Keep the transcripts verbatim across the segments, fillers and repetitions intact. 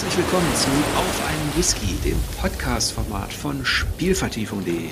Herzlich willkommen zu Auf einen Whisky, dem Podcast-Format von Spielvertiefung punkt de.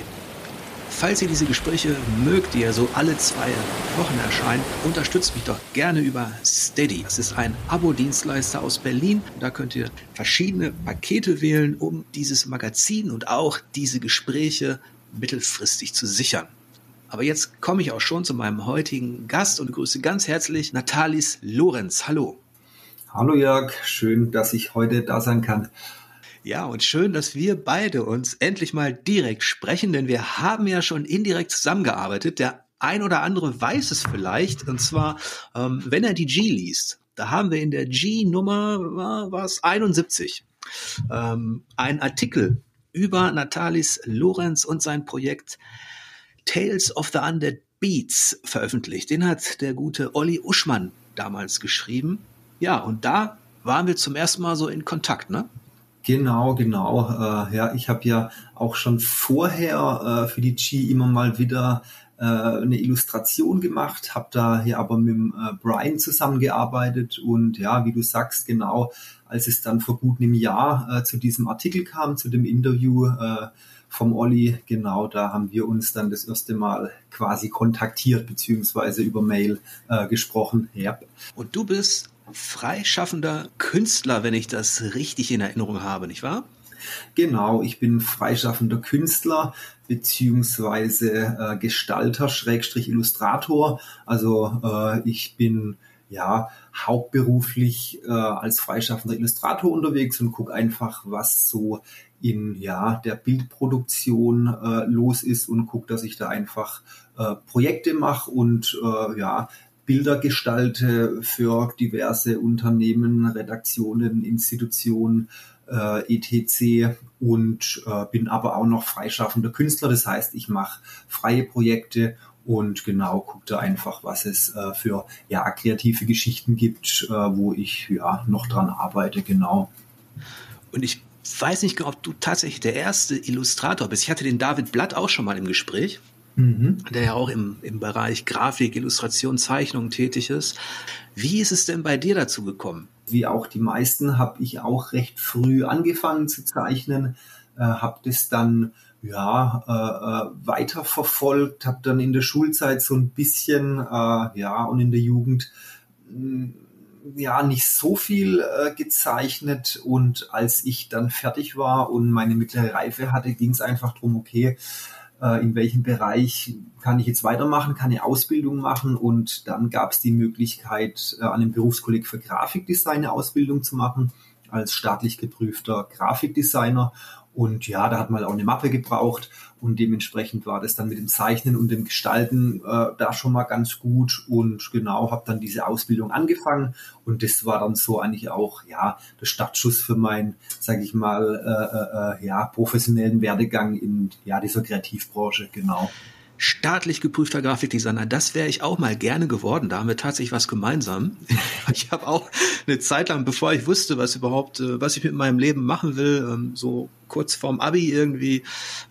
Falls ihr diese Gespräche mögt, die ja so alle zwei Wochen erscheinen, unterstützt mich doch gerne über Steady. Das ist ein Abo-Dienstleister aus Berlin. Da könnt ihr verschiedene Pakete wählen, um dieses Magazin und auch diese Gespräche mittelfristig zu sichern. Aber jetzt komme ich auch schon zu meinem heutigen Gast und begrüße ganz herzlich Natalis Lorenz. Hallo. Hallo Jörg, schön, dass ich heute da sein kann. Ja, und schön, dass wir beide uns endlich mal direkt sprechen, denn wir haben ja schon indirekt zusammengearbeitet. Der ein oder andere weiß es vielleicht, und zwar, ähm, wenn er die G liest. Da haben wir in der G-Nummer, war es einundsiebzig, ähm, einen Artikel über Natalis Lorenz und sein Projekt Tales of the Undead Beats veröffentlicht. Den hat der gute Olli Uschmann damals geschrieben. Ja, und da waren wir zum ersten Mal so in Kontakt, ne? Genau, genau. Äh, ja, ich habe ja auch schon vorher äh, für die G immer mal wieder äh, eine Illustration gemacht, habe da hier aber mit dem, äh, Brian zusammengearbeitet und ja, wie du sagst, genau, als es dann vor gut einem Jahr äh, zu diesem Artikel kam, zu dem Interview äh, vom Olli, genau, da haben wir uns dann das erste Mal quasi kontaktiert beziehungsweise über Mail äh, gesprochen. Ja. Und du bist freischaffender Künstler, wenn ich das richtig in Erinnerung habe, nicht wahr? Genau, ich bin freischaffender Künstler beziehungsweise äh, Gestalter, Schrägstrich Illustrator. Also äh, ich bin ja hauptberuflich äh, als freischaffender Illustrator unterwegs und gucke einfach, was so in ja der Bildproduktion äh, los ist und gucke, dass ich da einfach äh, Projekte mache und äh, ja Bilder gestalte für diverse Unternehmen, Redaktionen, Institutionen, äh, et cetera und äh, bin aber auch noch freischaffender Künstler. Das heißt, ich mache freie Projekte und genau gucke da einfach, was es äh, für ja kreative Geschichten gibt, äh, wo ich ja noch dran arbeite, genau. Und ich weiß nicht, ob du tatsächlich der erste Illustrator bist. Ich hatte den David Blatt auch schon mal im Gespräch. Mhm. Der ja auch im, im Bereich Grafik, Illustration, Zeichnung tätig ist. Wie ist es denn bei dir dazu gekommen? Wie auch die meisten habe ich auch recht früh angefangen zu zeichnen, äh, habe das dann ja äh, weiter verfolgt, habe dann in der Schulzeit so ein bisschen äh, ja und in der Jugend mh, ja nicht so viel äh, gezeichnet und als ich dann fertig war und meine mittlere Reife hatte, ging es einfach darum, okay, in welchem Bereich kann ich jetzt weitermachen, kann eine Ausbildung machen und dann gab es die Möglichkeit, an einem Berufskolleg für Grafikdesign eine Ausbildung zu machen, als staatlich geprüfter Grafikdesigner und ja, da hat man auch eine Mappe gebraucht und dementsprechend war das dann mit dem Zeichnen und dem Gestalten äh, da schon mal ganz gut und genau, habe dann diese Ausbildung angefangen und das war dann so eigentlich auch ja der Startschuss für meinen, sage ich mal, äh, äh, ja professionellen Werdegang in ja dieser Kreativbranche, genau. Staatlich geprüfter Grafikdesigner, das wäre ich auch mal gerne geworden. Da haben wir tatsächlich was gemeinsam. Ich habe auch eine Zeit lang, bevor ich wusste, was überhaupt, was ich mit meinem Leben machen will, so kurz vorm Abi irgendwie,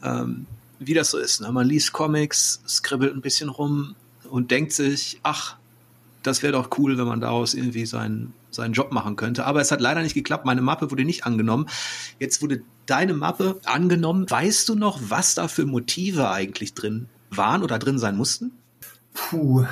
wie das so ist. Man liest Comics, skribbelt ein bisschen rum und denkt sich, ach, das wäre doch cool, wenn man daraus irgendwie seinen, seinen Job machen könnte. Aber es hat leider nicht geklappt. Meine Mappe wurde nicht angenommen. Jetzt wurde deine Mappe angenommen. Weißt du noch, was da für Motive eigentlich drin waren oder drin sein mussten? Puh,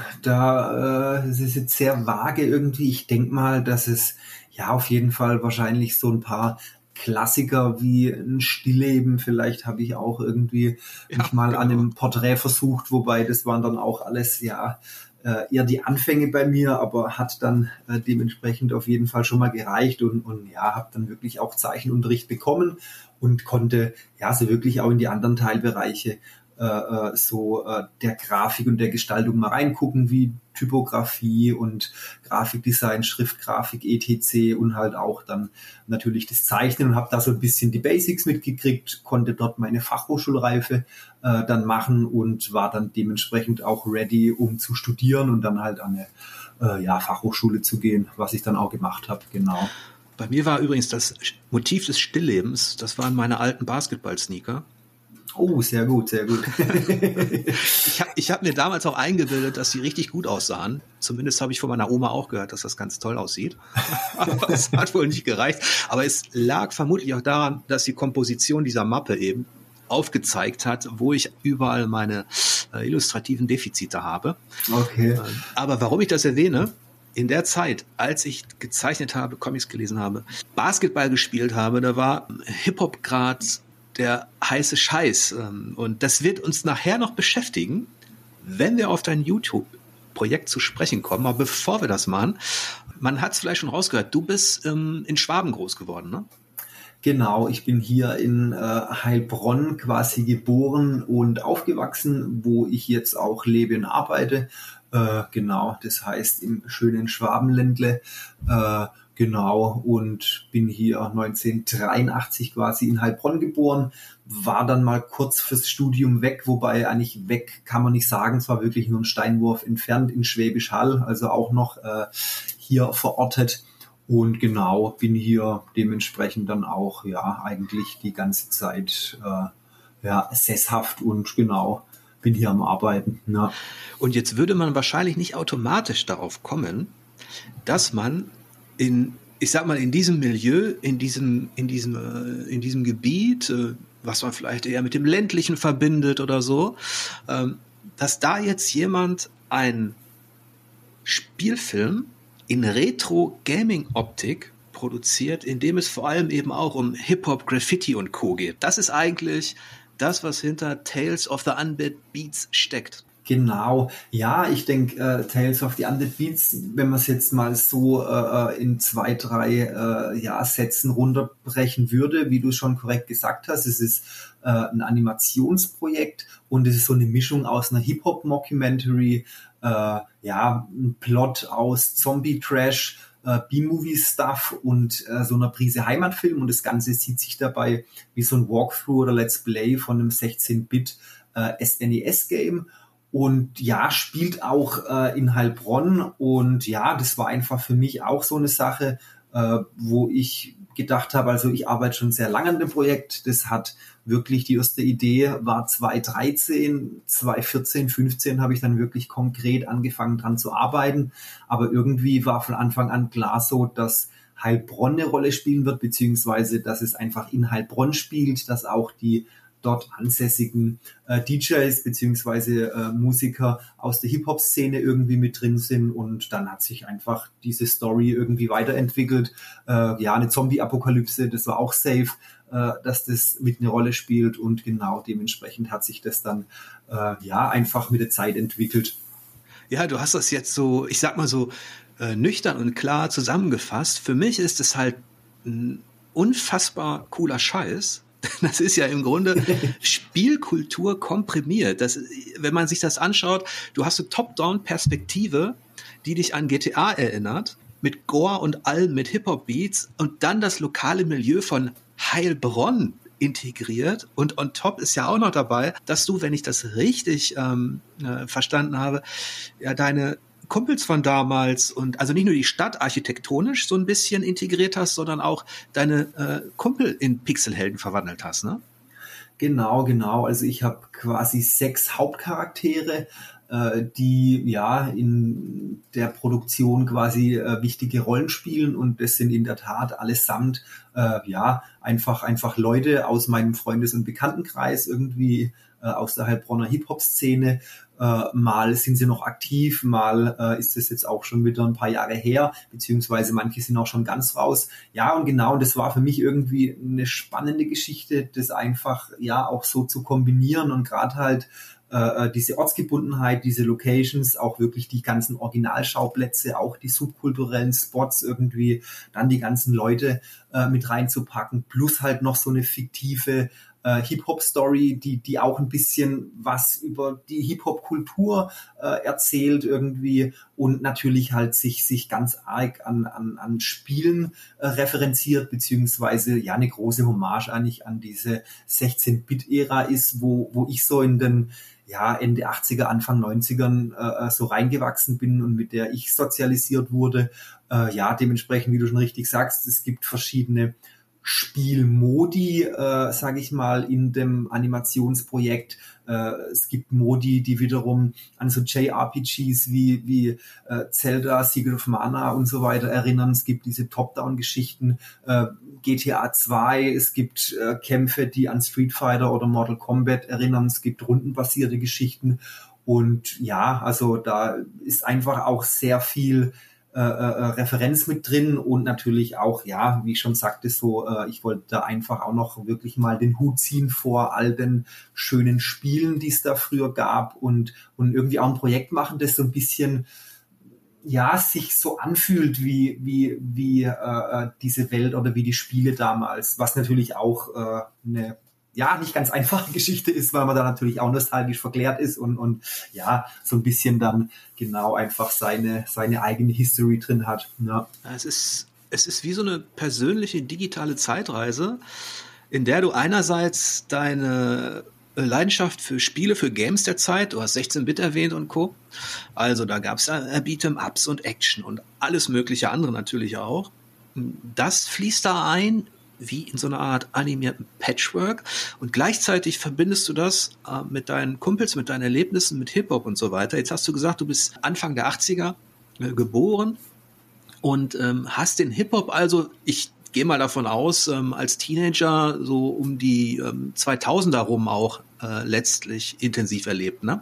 da äh, es ist jetzt sehr vage irgendwie. Ich denke mal, dass es ja auf jeden Fall wahrscheinlich so ein paar Klassiker wie ein Stillleben, vielleicht habe ich auch irgendwie ja, mich mal genau. an einem Porträt versucht, wobei das waren dann auch alles ja äh, eher die Anfänge bei mir, aber hat dann äh, dementsprechend auf jeden Fall schon mal gereicht und, und ja, habe dann wirklich auch Zeichenunterricht bekommen und konnte ja so wirklich auch in die anderen Teilbereiche äh, so äh, der Grafik und der Gestaltung mal reingucken, wie Typografie und Grafikdesign, Schriftgrafik, et cetera und halt auch dann natürlich das Zeichnen und habe da so ein bisschen die Basics mitgekriegt, konnte dort meine Fachhochschulreife äh, dann machen und war dann dementsprechend auch ready, um zu studieren und dann halt an eine äh, ja, Fachhochschule zu gehen, was ich dann auch gemacht habe, genau. Bei mir war übrigens das Motiv des Stilllebens, das waren meine alten Basketball-Sneaker. Oh, sehr gut, sehr gut. ich habe ich hab mir damals auch eingebildet, dass die richtig gut aussahen. Zumindest habe ich von meiner Oma auch gehört, dass das ganz toll aussieht. Aber es hat wohl nicht gereicht. Aber es lag vermutlich auch daran, dass die Komposition dieser Mappe eben aufgezeigt hat, wo ich überall meine äh, illustrativen Defizite habe. Okay. Äh, aber warum ich das erwähne, in der Zeit, als ich gezeichnet habe, Comics gelesen habe, Basketball gespielt habe, da war Hip-Hop gerade der heiße Scheiß. Und das wird uns nachher noch beschäftigen, wenn wir auf dein YouTube-Projekt zu sprechen kommen. Aber bevor wir das machen, man hat es vielleicht schon rausgehört, du bist ähm, in Schwaben groß geworden, ne? Genau, ich bin hier in äh, Heilbronn quasi geboren und aufgewachsen, wo ich jetzt auch lebe und arbeite. Äh, genau, das heißt im schönen Schwabenländle. Äh, genau, und bin hier neunzehnhundertdreiundachtzig quasi in Heilbronn geboren, war dann mal kurz fürs Studium weg, wobei eigentlich weg kann man nicht sagen, es war wirklich nur ein Steinwurf entfernt in Schwäbisch Hall, also auch noch äh, hier verortet. Und genau, bin hier dementsprechend dann auch, ja, eigentlich die ganze Zeit, äh, ja, sesshaft und genau, bin hier am Arbeiten. Ja. Und jetzt würde man wahrscheinlich nicht automatisch darauf kommen, dass man in, ich sag mal, in diesem Milieu, in diesem, in diesem, äh, in diesem Gebiet, äh, was man vielleicht eher mit dem Ländlichen verbindet oder so, ähm, dass da jetzt jemand einen Spielfilm in Retro-Gaming-Optik produziert, in dem es vor allem eben auch um Hip-Hop, Graffiti und Co. geht. Das ist eigentlich das, was hinter Tales of the Undead Beats steckt. Genau, ja, ich denke, äh, Tales of the Undead Beats, wenn man es jetzt mal so äh, in zwei, drei äh, ja, Sätzen runterbrechen würde, wie du schon korrekt gesagt hast, es ist äh, ein Animationsprojekt und es ist so eine Mischung aus einer Hip-Hop-Mockumentary, äh, ja, ein Plot aus Zombie-Trash, äh, B-Movie-Stuff und äh, so einer Prise Heimatfilm, und das Ganze sieht sich dabei wie so ein Walkthrough oder Let's Play von einem sechzehn-Bit äh, S N E S-Game. Und ja, spielt auch äh, in Heilbronn, und ja, das war einfach für mich auch so eine Sache, äh, wo ich gedacht habe, also ich arbeite schon sehr lange an dem Projekt, das hat wirklich, die erste Idee war zweitausenddreizehn, zweitausendvierzehn, fünfzehn habe ich dann wirklich konkret angefangen dran zu arbeiten, aber irgendwie war von Anfang an klar so, dass Heilbronn eine Rolle spielen wird, beziehungsweise dass es einfach in Heilbronn spielt, dass auch die dort ansässigen äh, D Js beziehungsweise äh, Musiker aus der Hip-Hop-Szene irgendwie mit drin sind, und dann hat sich einfach diese Story irgendwie weiterentwickelt. Äh, ja, eine Zombie-Apokalypse, das war auch safe, äh, dass das mit eine Rolle spielt, und genau dementsprechend hat sich das dann äh, ja einfach mit der Zeit entwickelt. Ja, du hast das jetzt so, ich sag mal so, äh, nüchtern und klar zusammengefasst. Für mich ist es halt ein unfassbar cooler Scheiß. Das ist ja im Grunde Spielkultur komprimiert. Das, wenn man sich das anschaut, du hast eine Top-Down-Perspektive, die dich an G T A erinnert, mit Gore und allem, mit Hip-Hop-Beats, und dann das lokale Milieu von Heilbronn integriert. Und on top ist ja auch noch dabei, dass du, wenn ich das richtig ähm, äh, verstanden habe, ja deine Kumpels von damals, und also nicht nur die Stadt architektonisch so ein bisschen integriert hast, sondern auch deine äh, Kumpel in Pixelhelden verwandelt hast, ne? Genau, genau. Also ich habe quasi sechs Hauptcharaktere, äh, die ja in der Produktion quasi äh, wichtige Rollen spielen, und das sind in der Tat allesamt äh, ja einfach einfach Leute aus meinem Freundes- und Bekanntenkreis, irgendwie äh, aus der Heilbronner Hip-Hop-Szene. Äh, mal sind sie noch aktiv, mal äh, ist es jetzt auch schon wieder ein paar Jahre her, beziehungsweise manche sind auch schon ganz raus. Ja, und genau, das war für mich irgendwie eine spannende Geschichte, das einfach ja auch so zu kombinieren, und gerade halt äh, diese Ortsgebundenheit, diese Locations, auch wirklich die ganzen Originalschauplätze, auch die subkulturellen Spots irgendwie, dann die ganzen Leute äh, mit reinzupacken, plus halt noch so eine fiktive äh, Hip-Hop-Story, die die auch ein bisschen was über die Hip-Hop-Kultur äh, erzählt irgendwie, und natürlich halt sich sich ganz arg an an an Spielen äh, referenziert, beziehungsweise ja eine große Hommage eigentlich an diese sechzehn-Bit-Ära ist, wo wo ich so in den ja Ende achtziger, Anfang neunzigern äh, so reingewachsen bin und mit der ich sozialisiert wurde. Äh, ja, dementsprechend, wie du schon richtig sagst, es gibt verschiedene Spielmodi, äh, sage ich mal, in dem Animationsprojekt. Äh, es gibt Modi, die wiederum an so J R P Gs wie, wie äh, Zelda, Secret of Mana und so weiter erinnern. Es gibt diese Top-Down-Geschichten, äh, G T A zwei, es gibt äh, Kämpfe, die an Street Fighter oder Mortal Kombat erinnern. Es gibt rundenbasierte Geschichten. Und ja, also da ist einfach auch sehr viel Äh, äh, Referenz mit drin und natürlich auch, ja, wie ich schon sagte, so, äh, ich wollte da einfach auch noch wirklich mal den Hut ziehen vor all den schönen Spielen, die es da früher gab und, und irgendwie auch ein Projekt machen, das so ein bisschen, ja, sich so anfühlt wie, wie, wie äh, diese Welt oder wie die Spiele damals, was natürlich auch äh, eine ja, nicht ganz einfache Geschichte ist, weil man da natürlich auch nostalgisch verklärt ist und, und ja, so ein bisschen dann genau einfach seine, seine eigene History drin hat. Ja. Es ist, es ist wie so eine persönliche digitale Zeitreise, in der du einerseits deine Leidenschaft für Spiele, für Games der Zeit, du hast sechzehn-Bit erwähnt und Co. Also da gab es ja Beat'em-Ups und Action und alles mögliche andere natürlich auch. Das fließt da ein, wie in so einer Art animierten Patchwork und gleichzeitig verbindest du das äh, mit deinen Kumpels, mit deinen Erlebnissen, mit Hip-Hop und so weiter. Jetzt hast du gesagt, du bist Anfang der achtziger äh, geboren und ähm, hast den Hip-Hop also, ich gehe mal davon aus, ähm, als Teenager so um die ähm, zweitausender rum auch äh, letztlich intensiv erlebt, ne?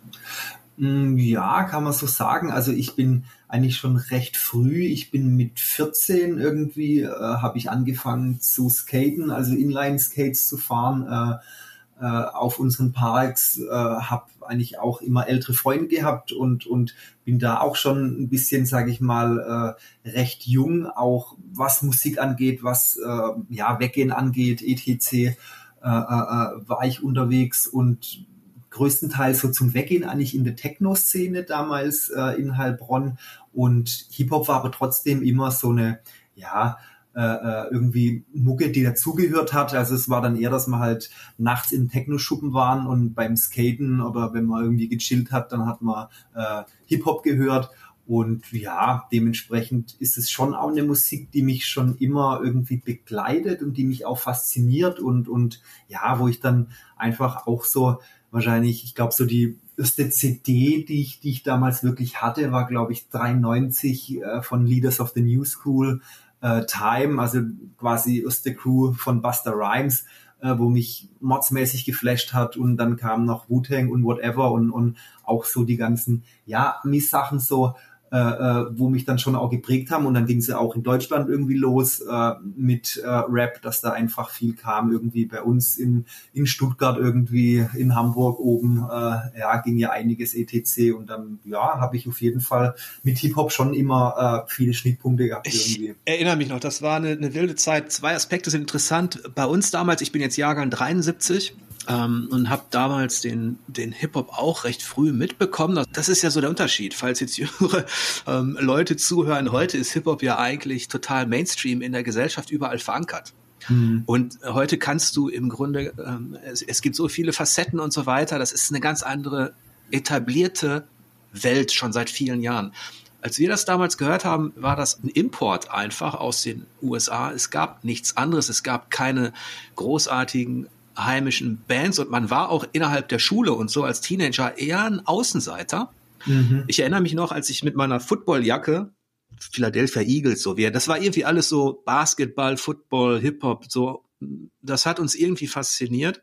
Ja, kann man so sagen. Also ich bin eigentlich schon recht früh. Ich bin mit vierzehn irgendwie, äh, habe ich angefangen zu skaten, also Inline-Skates zu fahren äh, äh, auf unseren Parks. Äh, habe eigentlich auch immer ältere Freunde gehabt und und bin da auch schon ein bisschen, sage ich mal, äh, recht jung, auch was Musik angeht, was äh, ja Weggehen angeht, et cetera. Äh, äh, war ich unterwegs und größtenteils so zum Weggehen eigentlich in der Techno-Szene damals äh, in Heilbronn und Hip-Hop war aber trotzdem immer so eine, ja, äh, irgendwie Mucke, die dazugehört hat. Also es war dann eher, dass wir halt nachts in Techno-Schuppen waren und beim Skaten oder wenn man irgendwie gechillt hat, dann hat man äh, Hip-Hop gehört. Und ja, dementsprechend ist es schon auch eine Musik, die mich schon immer irgendwie begleitet und die mich auch fasziniert und, und ja, wo ich dann einfach auch so wahrscheinlich, ich glaube, so die erste C D, die ich, die ich damals wirklich hatte, war, glaube ich, dreiundneunzig äh, von Leaders of the New School, äh, Time, also quasi erste Crew von Busta Rhymes, äh, wo mich mordsmäßig geflasht hat und dann kam noch Wu-Tang und whatever und, und auch so die ganzen, ja, Ami-Sachen so, äh, wo mich dann schon auch geprägt haben und dann ging es ja auch in Deutschland irgendwie los äh, mit äh, Rap, dass da einfach viel kam, irgendwie bei uns in, in Stuttgart irgendwie, in Hamburg oben, äh, ja, ging ja einiges et cetera und dann, ja, habe ich auf jeden Fall mit Hip-Hop schon immer äh, viele Schnittpunkte gehabt irgendwie. Ich erinnere mich noch, das war eine, eine wilde Zeit. Zwei Aspekte sind interessant. Bei uns damals, ich bin jetzt Jahrgang dreiundsiebzig, Ähm, und habe damals den den Hip-Hop auch recht früh mitbekommen. Das ist ja so der Unterschied. Falls jetzt jüngere ähm, Leute zuhören, heute ist Hip-Hop ja eigentlich total Mainstream in der Gesellschaft überall verankert. Mhm. Und heute kannst du im Grunde, ähm, es, es gibt so viele Facetten und so weiter, das ist eine ganz andere etablierte Welt schon seit vielen Jahren. Als wir das damals gehört haben, war das ein Import einfach aus den U S A. Es gab nichts anderes, es gab keine großartigen heimischen Bands und man war auch innerhalb der Schule und so als Teenager eher ein Außenseiter. Mhm. Ich erinnere mich noch, als ich mit meiner Footballjacke, Philadelphia Eagles, so wie, das war irgendwie alles so Basketball, Football, Hip-Hop, so, das hat uns irgendwie fasziniert.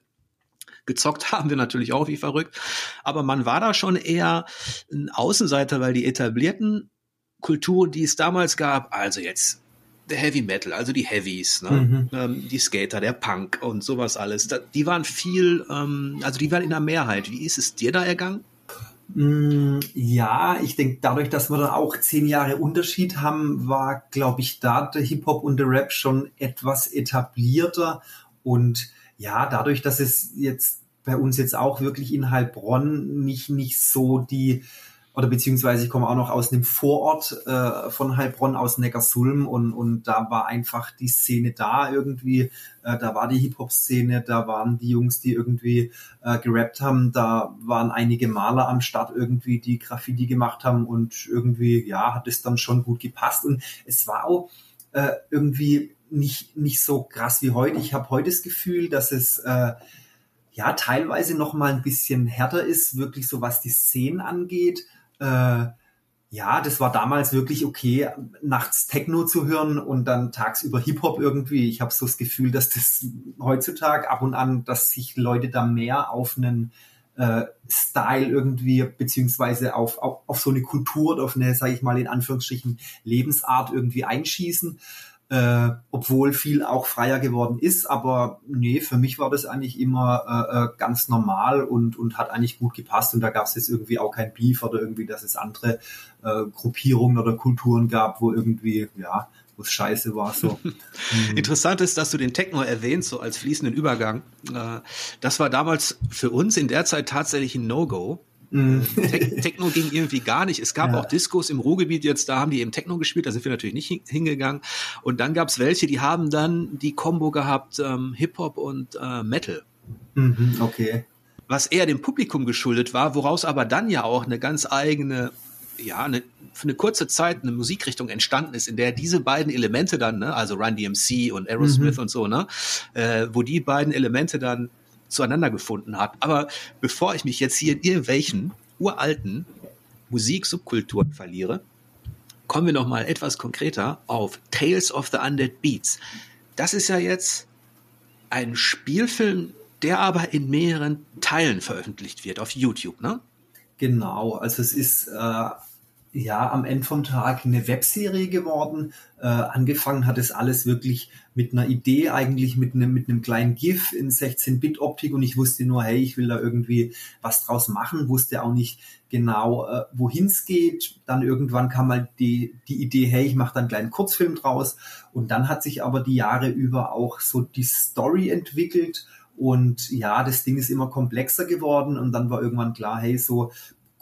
Gezockt haben wir natürlich auch wie verrückt, aber man war da schon eher ein Außenseiter, weil die etablierten Kulturen, die es damals gab, also jetzt der Heavy Metal, also die Heavies, ne? Mhm. Ähm, die Skater, der Punk und sowas alles, da, die waren viel, ähm, also die waren in der Mehrheit. Wie ist es dir da ergangen? Ja, ich denke, dadurch, dass wir dann auch zehn Jahre Unterschied haben, war, glaube ich, da der Hip-Hop und der Rap schon etwas etablierter und ja, dadurch, dass es jetzt bei uns jetzt auch wirklich in Heilbronn nicht, nicht so die oder beziehungsweise ich komme auch noch aus einem Vorort äh, von Heilbronn, aus Neckarsulm und und da war einfach die Szene da irgendwie, äh, da war die Hip-Hop-Szene, da waren die Jungs, die irgendwie äh, gerappt haben, da waren einige Maler am Start irgendwie, die Graffiti gemacht haben und irgendwie, ja, hat es dann schon gut gepasst und es war auch äh, irgendwie nicht, nicht so krass wie heute. Ich habe heute das Gefühl, dass es äh, ja teilweise noch mal ein bisschen härter ist, wirklich so was die Szenen angeht. Äh, ja, das war damals wirklich okay, nachts Techno zu hören und dann tagsüber Hip-Hop irgendwie. Ich habe so das Gefühl, dass das heutzutage ab und an, dass sich Leute da mehr auf einen äh, Style irgendwie, beziehungsweise auf, auf, auf so eine Kultur oder auf eine, sage ich mal in Anführungsstrichen, Lebensart irgendwie einschießen. Äh, obwohl viel auch freier geworden ist, aber nee, für mich war das eigentlich immer äh, äh, ganz normal und und hat eigentlich gut gepasst und da gab es jetzt irgendwie auch kein Beef oder irgendwie, dass es andere äh, Gruppierungen oder Kulturen gab, wo irgendwie, ja, wo es scheiße war. So. Interessant ist, dass du den Techno erwähnst, so als fließenden Übergang. Äh, das war damals für uns in der Zeit tatsächlich ein No-Go. Mm. Te- Techno ging irgendwie gar nicht. Es gab ja. auch Diskos im Ruhrgebiet jetzt, da haben die eben Techno gespielt, da sind wir natürlich nicht hingegangen. Und dann gab es welche, die haben dann die Kombo gehabt, ähm, Hip-Hop und äh, Metal. Mhm, okay. Was eher dem Publikum geschuldet war, woraus aber dann ja auch eine ganz eigene, ja, eine, für eine kurze Zeit eine Musikrichtung entstanden ist, in der diese beiden Elemente dann, ne, also Run D M C und Aerosmith mhm. und so, ne, äh, wo die beiden Elemente dann zueinander gefunden hat. Aber bevor ich mich jetzt hier in irgendwelchen uralten Musiksubkulturen verliere, kommen wir noch mal etwas konkreter auf Tales of the Undead Beats. Das ist ja jetzt ein Spielfilm, der aber in mehreren Teilen veröffentlicht wird auf YouTube, ne? Genau, also es ist äh, ja am Ende vom Tag eine Webserie geworden. Äh, angefangen hat es alles wirklich mit einer Idee, eigentlich mit einem mit einem kleinen GIF in sechzehn-Bit-Optik und ich wusste nur, hey, ich will da irgendwie was draus machen, wusste auch nicht genau, äh, wohin es geht. Dann irgendwann kam mal die die Idee, hey, ich mache da einen kleinen Kurzfilm draus und dann hat sich aber die Jahre über auch so die Story entwickelt. Und ja, das Ding ist immer komplexer geworden und dann war irgendwann klar, hey, so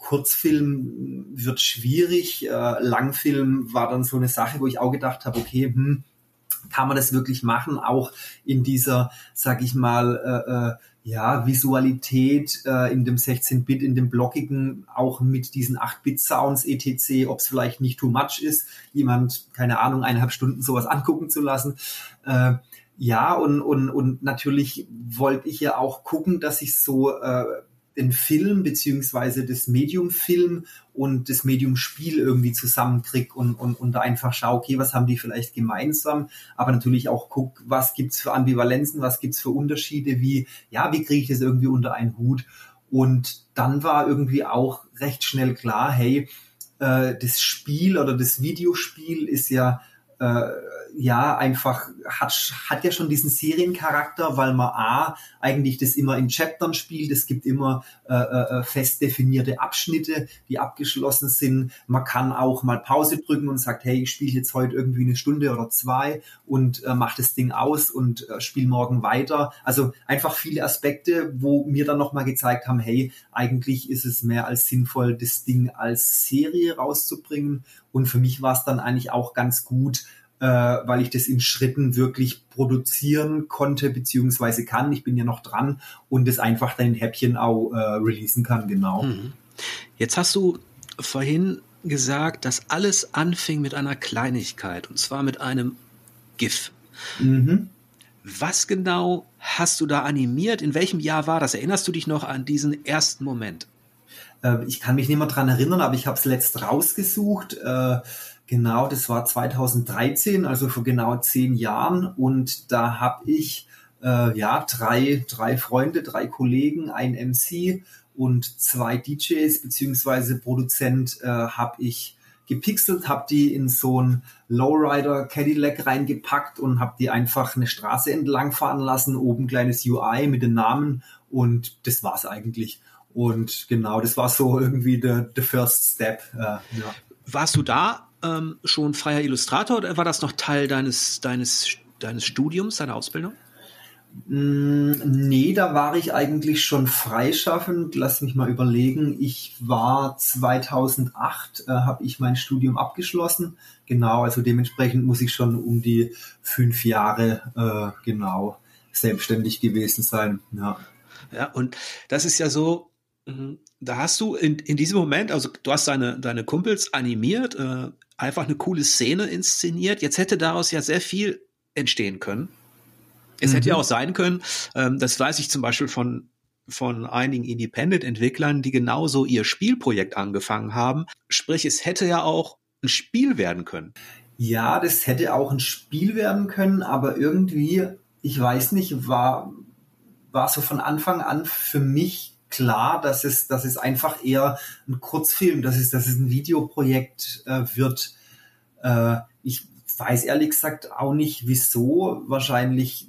Kurzfilm wird schwierig, äh, Langfilm war dann so eine Sache, wo ich auch gedacht habe, okay, hm, kann man das wirklich machen, auch in dieser, sag ich mal, äh, äh, ja, Visualität äh, in dem sechzehn-Bit, in dem Blockigen, auch mit diesen acht-Bit-Sounds et cetera, ob es vielleicht nicht too much ist, jemand, keine Ahnung, eineinhalb Stunden sowas angucken zu lassen. Äh, Ja, und, und, und natürlich wollte ich ja auch gucken, dass ich so äh, den Film beziehungsweise das Medium Film und das Medium Spiel irgendwie zusammenkriege und, und, und da einfach schaue, okay, was haben die vielleicht gemeinsam, aber natürlich auch guck, was gibt's für Ambivalenzen, was gibt's für Unterschiede, wie, ja, wie kriege ich das irgendwie unter einen Hut? Und dann war irgendwie auch recht schnell klar, hey, äh, das Spiel oder das Videospiel ist ja äh, ja, einfach hat, hat ja schon diesen Seriencharakter, weil man A, eigentlich das immer in Chaptern spielt. Es gibt immer äh, äh, fest definierte Abschnitte, die abgeschlossen sind. Man kann auch mal Pause drücken und sagt, hey, ich spiele jetzt heute irgendwie eine Stunde oder zwei und äh, mach das Ding aus und äh, spiele morgen weiter. Also einfach viele Aspekte, wo mir dann nochmal gezeigt haben, hey, eigentlich ist es mehr als sinnvoll, das Ding als Serie rauszubringen. Und für mich war es dann eigentlich auch ganz gut, äh, weil ich das in Schritten wirklich produzieren konnte, beziehungsweise kann. Ich bin ja noch dran und das einfach dann in Häppchen auch äh, releasen kann, genau. Mhm. Jetzt hast du vorhin gesagt, dass alles anfing mit einer Kleinigkeit, und zwar mit einem GIF. Mhm. Was genau hast du da animiert? In welchem Jahr war das? Erinnerst du dich noch an diesen ersten Moment? Äh, ich kann mich nicht mehr dran erinnern, aber ich habe es letzt rausgesucht. Äh, Genau, das war zweitausenddreizehn, also vor genau zehn Jahren. Und da habe ich äh, ja drei, drei Freunde, drei Kollegen, ein M C und zwei D Js beziehungsweise Produzent äh, habe ich gepixelt, habe die in so ein Lowrider Cadillac reingepackt und habe die einfach eine Straße entlang fahren lassen, oben kleines U I mit den Namen und das war's eigentlich. Und genau, das war so irgendwie the, the first step. Äh, ja. Warst du da ähm, schon freier Illustrator oder war das noch Teil deines, deines, deines Studiums, deiner Ausbildung? Mm, nee, da war ich eigentlich schon freischaffend. Lass mich mal überlegen. Ich war zweitausendacht, äh, habe ich mein Studium abgeschlossen. Genau, also dementsprechend muss ich schon um die fünf Jahre äh, genau selbstständig gewesen sein. Ja, ja, und das ist ja so, da hast du in, in diesem Moment, also du hast deine, deine Kumpels animiert, äh, einfach eine coole Szene inszeniert. Jetzt hätte daraus ja sehr viel entstehen können. Es mhm. hätte ja auch sein können, ähm, das weiß ich zum Beispiel von von einigen Independent-Entwicklern, die genauso ihr Spielprojekt angefangen haben. Sprich, es hätte ja auch ein Spiel werden können. Ja, das hätte auch ein Spiel werden können, aber irgendwie, ich weiß nicht, war, war so von Anfang an für mich klar, dass es, dass es einfach eher ein Kurzfilm, dass es, dass es ein Videoprojekt äh, wird. Äh, ich weiß ehrlich gesagt auch nicht, wieso. Wahrscheinlich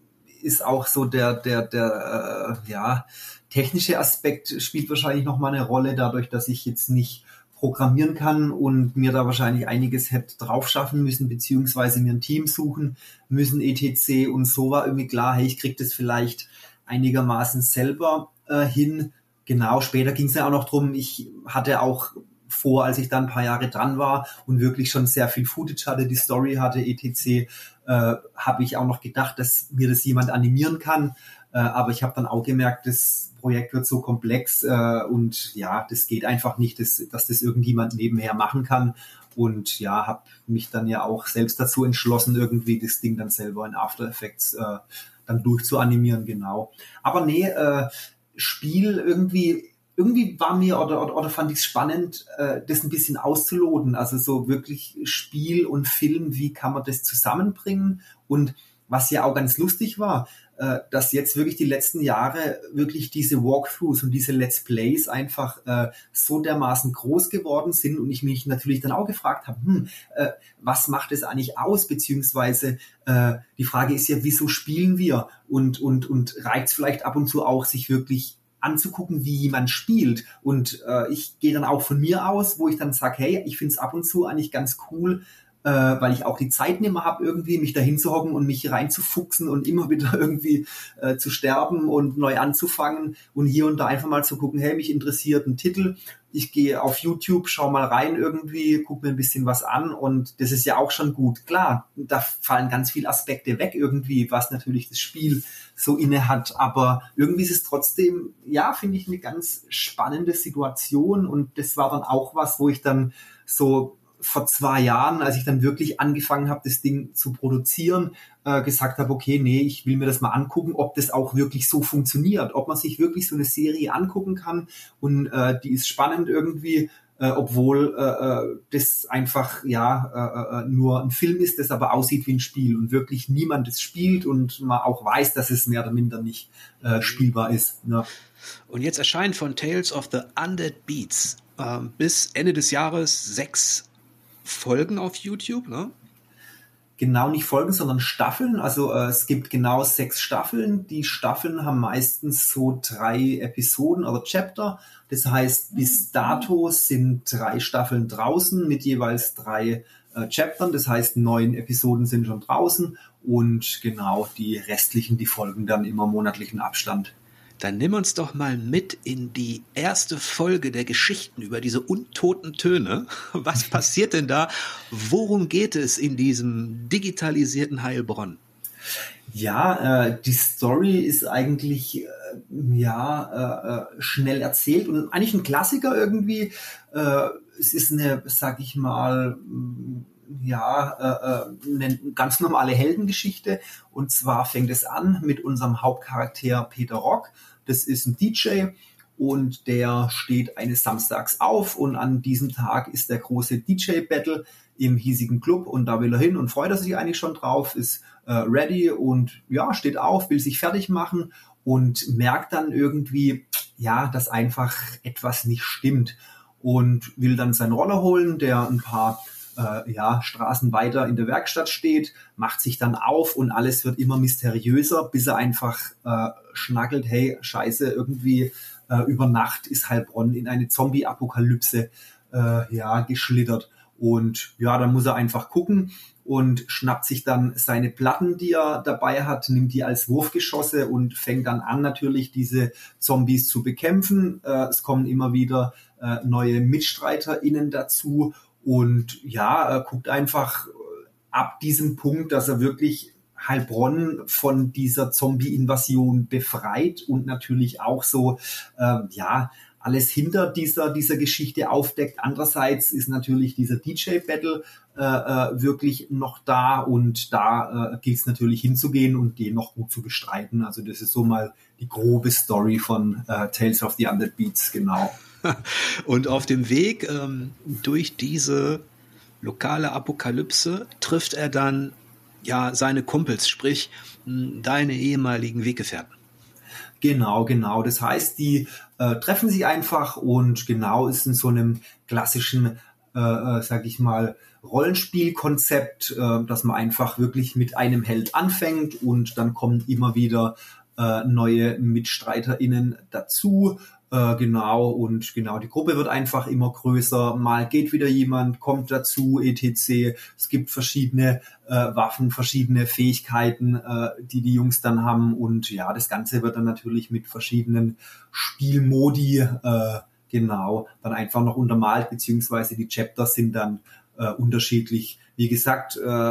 ist auch so der, der, der, äh, ja, technische Aspekt spielt wahrscheinlich nochmal eine Rolle, dadurch, dass ich jetzt nicht programmieren kann und mir da wahrscheinlich einiges hätte drauf schaffen müssen, beziehungsweise mir ein Team suchen müssen, et cetera. Und so war irgendwie klar, hey, ich kriege das vielleicht einigermaßen selber äh, hin. Genau, später ging es ja auch noch drum, ich hatte auch vor, als ich dann ein paar Jahre dran war und wirklich schon sehr viel Footage hatte, die Story hatte, et cetera, äh, habe ich auch noch gedacht, dass mir das jemand animieren kann. Äh, aber ich habe dann auch gemerkt, das Projekt wird so komplex äh, und ja, das geht einfach nicht, dass, dass das irgendjemand nebenher machen kann. Und ja, habe mich dann ja auch selbst dazu entschlossen, irgendwie das Ding dann selber in After Effects äh, dann durchzuanimieren, genau. Aber nee, äh, Spiel irgendwie... Irgendwie war mir oder, oder, oder fand ich es spannend, äh, das ein bisschen auszuloten. Also so wirklich Spiel und Film, wie kann man das zusammenbringen? Und was ja auch ganz lustig war, äh, dass jetzt wirklich die letzten Jahre wirklich diese Walkthroughs und diese Let's Plays einfach äh, so dermaßen groß geworden sind und ich mich natürlich dann auch gefragt habe, hm, äh, was macht es eigentlich aus? Beziehungsweise äh, die Frage ist ja, wieso spielen wir? Und, und, und reicht es vielleicht ab und zu auch, sich wirklich anzugucken, wie jemand spielt. Und äh, ich gehe dann auch von mir aus, wo ich dann sage, hey, ich finde es ab und zu eigentlich ganz cool, äh, weil ich auch die Zeit nicht mehr habe, irgendwie mich da hinzuhocken und mich reinzufuchsen und immer wieder irgendwie äh, zu sterben und neu anzufangen und hier und da einfach mal zu gucken, hey, mich interessiert ein Titel. Ich gehe auf YouTube, schau mal rein irgendwie, gucke mir ein bisschen was an und das ist ja auch schon gut. Klar, da fallen ganz viele Aspekte weg irgendwie, was natürlich das Spiel so inne hat, aber irgendwie ist es trotzdem, ja, finde ich eine ganz spannende Situation und das war dann auch was, wo ich dann so vor zwei Jahren, als ich dann wirklich angefangen habe, das Ding zu produzieren, äh, gesagt habe, okay, nee, ich will mir das mal angucken, ob das auch wirklich so funktioniert, ob man sich wirklich so eine Serie angucken kann und äh, die ist spannend irgendwie, äh, obwohl äh, das einfach ja äh, nur ein Film ist, das aber aussieht wie ein Spiel und wirklich niemand es spielt und man auch weiß, dass es mehr oder minder nicht äh, spielbar ist. Ne? Und jetzt erscheinen von Tales of the Undead Beats ähm, bis Ende des Jahres sechs Folgen auf YouTube, ne? Genau, nicht Folgen, sondern Staffeln. Also äh, es gibt genau sechs Staffeln. Die Staffeln haben meistens so drei Episoden oder Chapter. Das heißt, bis dato sind drei Staffeln draußen mit jeweils drei äh, Chaptern. Das heißt, neun Episoden sind schon draußen und genau die restlichen, die folgen dann immer monatlichen Abstand. Dann nimm uns doch mal mit in die erste Folge der Geschichten über diese untoten Töne. Was passiert denn da? Worum geht es in diesem digitalisierten Heilbronn? Ja, äh, die Story ist eigentlich äh, ja äh, schnell erzählt und eigentlich ein Klassiker irgendwie. Äh, es ist eine, sag ich mal, ja, äh, eine ganz normale Heldengeschichte. Und zwar fängt es an mit unserem Hauptcharakter Peter Rock. Das ist ein D J und der steht eines Samstags auf und an diesem Tag ist der große D J-Battle im hiesigen Club und da will er hin und freut er sich eigentlich schon drauf, ist äh, ready und ja, steht auf, will sich fertig machen und merkt dann irgendwie, ja, dass einfach etwas nicht stimmt und will dann seinen Roller holen, der ein paar äh, ja, Straßen weiter in der Werkstatt steht, macht sich dann auf und alles wird immer mysteriöser, bis er einfach äh, schnackelt, hey, scheiße, irgendwie äh, über Nacht ist Heilbronn in eine Zombie-Apokalypse äh, ja, geschlittert. Und ja, dann muss er einfach gucken und schnappt sich dann seine Platten, die er dabei hat, nimmt die als Wurfgeschosse und fängt dann an, natürlich diese Zombies zu bekämpfen. Äh, es kommen immer wieder äh, neue MitstreiterInnen dazu und ja, äh, guckt einfach ab diesem Punkt, dass er wirklich Heilbronn von dieser Zombie-Invasion befreit und natürlich auch so, äh, ja, alles hinter dieser, dieser Geschichte aufdeckt. Andererseits ist natürlich dieser D J-Battle äh, wirklich noch da und da äh, gilt es natürlich hinzugehen und den noch gut zu bestreiten. Also das ist so mal die grobe Story von äh, Tales of the Undead Beats, genau. Und auf dem Weg ähm, durch diese lokale Apokalypse trifft er dann ja seine Kumpels, sprich mh, deine ehemaligen Weggefährten. Genau, genau. Das heißt, die äh, treffen sich einfach und genau ist in so einem klassischen, äh, äh, sag ich mal, Rollenspielkonzept, äh, dass man einfach wirklich mit einem Held anfängt und dann kommen immer wieder äh, neue MitstreiterInnen dazu. Äh, genau, und genau, die Gruppe wird einfach immer größer, mal geht wieder jemand, kommt dazu, et cetera. Es gibt verschiedene äh, Waffen, verschiedene Fähigkeiten, äh, die die Jungs dann haben und ja, das Ganze wird dann natürlich mit verschiedenen Spielmodi, äh, genau, dann einfach noch untermalt, beziehungsweise die Chapters sind dann äh, unterschiedlich. Wie gesagt, äh,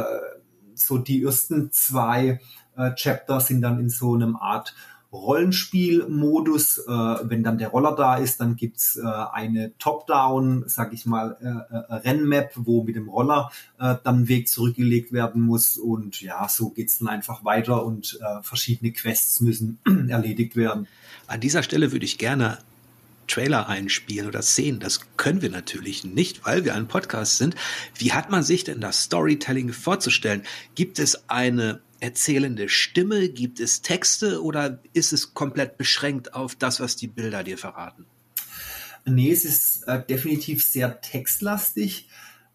so die ersten zwei äh, Chapter sind dann in so einem Art Rollenspielmodus. Äh, wenn dann der Roller da ist, dann gibt's äh, eine Top-Down, sag ich mal, äh, äh, Rennmap, wo mit dem Roller äh, dann ein Weg zurückgelegt werden muss. Und ja, so geht's dann einfach weiter und äh, verschiedene Quests müssen erledigt werden. An dieser Stelle würde ich gerne Trailer einspielen oder Szenen. Das können wir natürlich nicht, weil wir ein Podcast sind. Wie hat man sich denn das Storytelling vorzustellen? Gibt es eine erzählende Stimme? Gibt es Texte oder ist es komplett beschränkt auf das, was die Bilder dir verraten? Nee, es ist äh, definitiv sehr textlastig.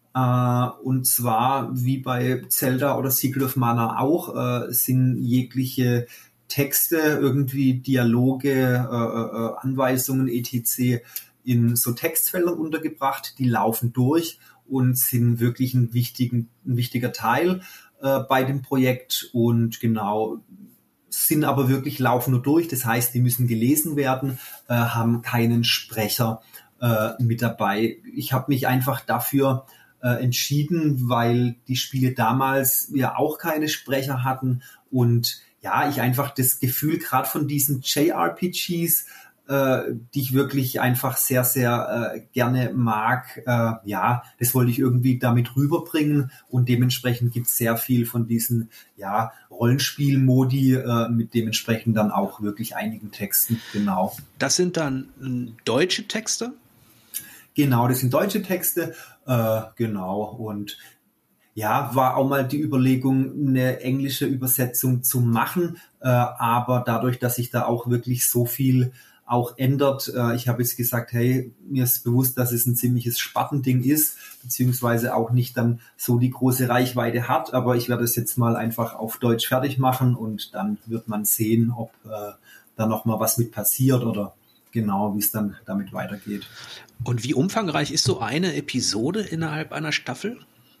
Uh, und zwar, wie bei Zelda oder Secret of Mana auch, uh, sind jegliche Texte, irgendwie Dialoge, uh, uh, Anweisungen, et cetera in so Textfeldern untergebracht, die laufen durch und sind wirklich ein, wichtigen, ein wichtiger Teil uh, bei dem Projekt und genau, sind aber wirklich laufen nur durch, das heißt, die müssen gelesen werden, uh, haben keinen Sprecher uh, mit dabei. Ich habe mich einfach dafür entschieden, weil die Spiele damals ja auch keine Sprecher hatten und ja, ich einfach das Gefühl gerade von diesen J R P Gs, äh, die ich wirklich einfach sehr, sehr äh, gerne mag, äh, ja, das wollte ich irgendwie damit rüberbringen und dementsprechend gibt es sehr viel von diesen ja, Rollenspielmodi äh, mit dementsprechend dann auch wirklich einigen Texten, genau. Das sind dann äh, deutsche Texte? Genau, das sind deutsche Texte, äh, genau. Und ja, war auch mal die Überlegung, eine englische Übersetzung zu machen, äh, aber dadurch, dass sich da auch wirklich so viel auch ändert, äh, ich habe jetzt gesagt, hey, mir ist bewusst, dass es ein ziemliches Spattending ist, beziehungsweise auch nicht dann so die große Reichweite hat, aber ich werde es jetzt mal einfach auf Deutsch fertig machen und dann wird man sehen, ob äh, da nochmal was mit passiert oder genau, wie es dann damit weitergeht. Und wie umfangreich ist so eine Episode innerhalb einer Staffel?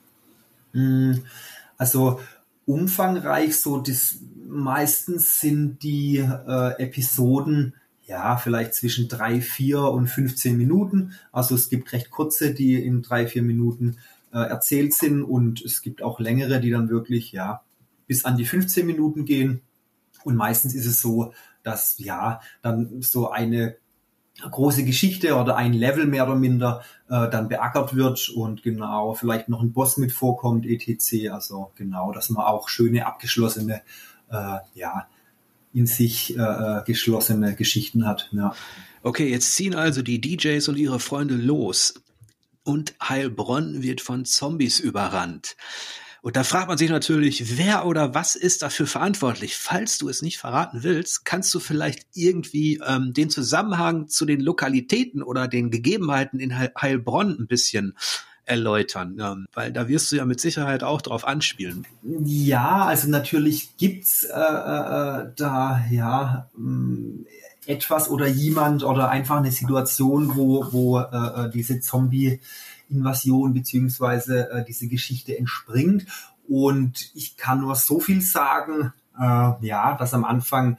Also umfangreich, so das meistens sind die äh, Episoden ja vielleicht zwischen drei, vier und fünfzehn Minuten. Also es gibt recht kurze, die in drei, vier Minuten äh, erzählt sind und es gibt auch längere, die dann wirklich ja bis an die fünfzehn Minuten gehen. Und meistens ist es so, dass ja dann so eine große Geschichte oder ein Level mehr oder minder äh, dann beackert wird und genau vielleicht noch ein Boss mit vorkommt, et cetera. Also genau, dass man auch schöne abgeschlossene, äh, ja, in sich äh, geschlossene Geschichten hat. Ja. Okay, jetzt ziehen also die D Js und ihre Freunde los und Heilbronn wird von Zombies überrannt. Und da fragt man sich natürlich, wer oder was ist dafür verantwortlich? Falls du es nicht verraten willst, kannst du vielleicht irgendwie ähm, den Zusammenhang zu den Lokalitäten oder den Gegebenheiten in Heilbronn ein bisschen erläutern, ähm, weil da wirst du ja mit Sicherheit auch drauf anspielen. Ja, also natürlich gibt's äh, äh, da ja mh, etwas oder jemand oder einfach eine Situation, wo, wo äh, diese Zombie Invasion beziehungsweise äh, diese Geschichte entspringt. Und ich kann nur so viel sagen, äh, ja, dass am Anfang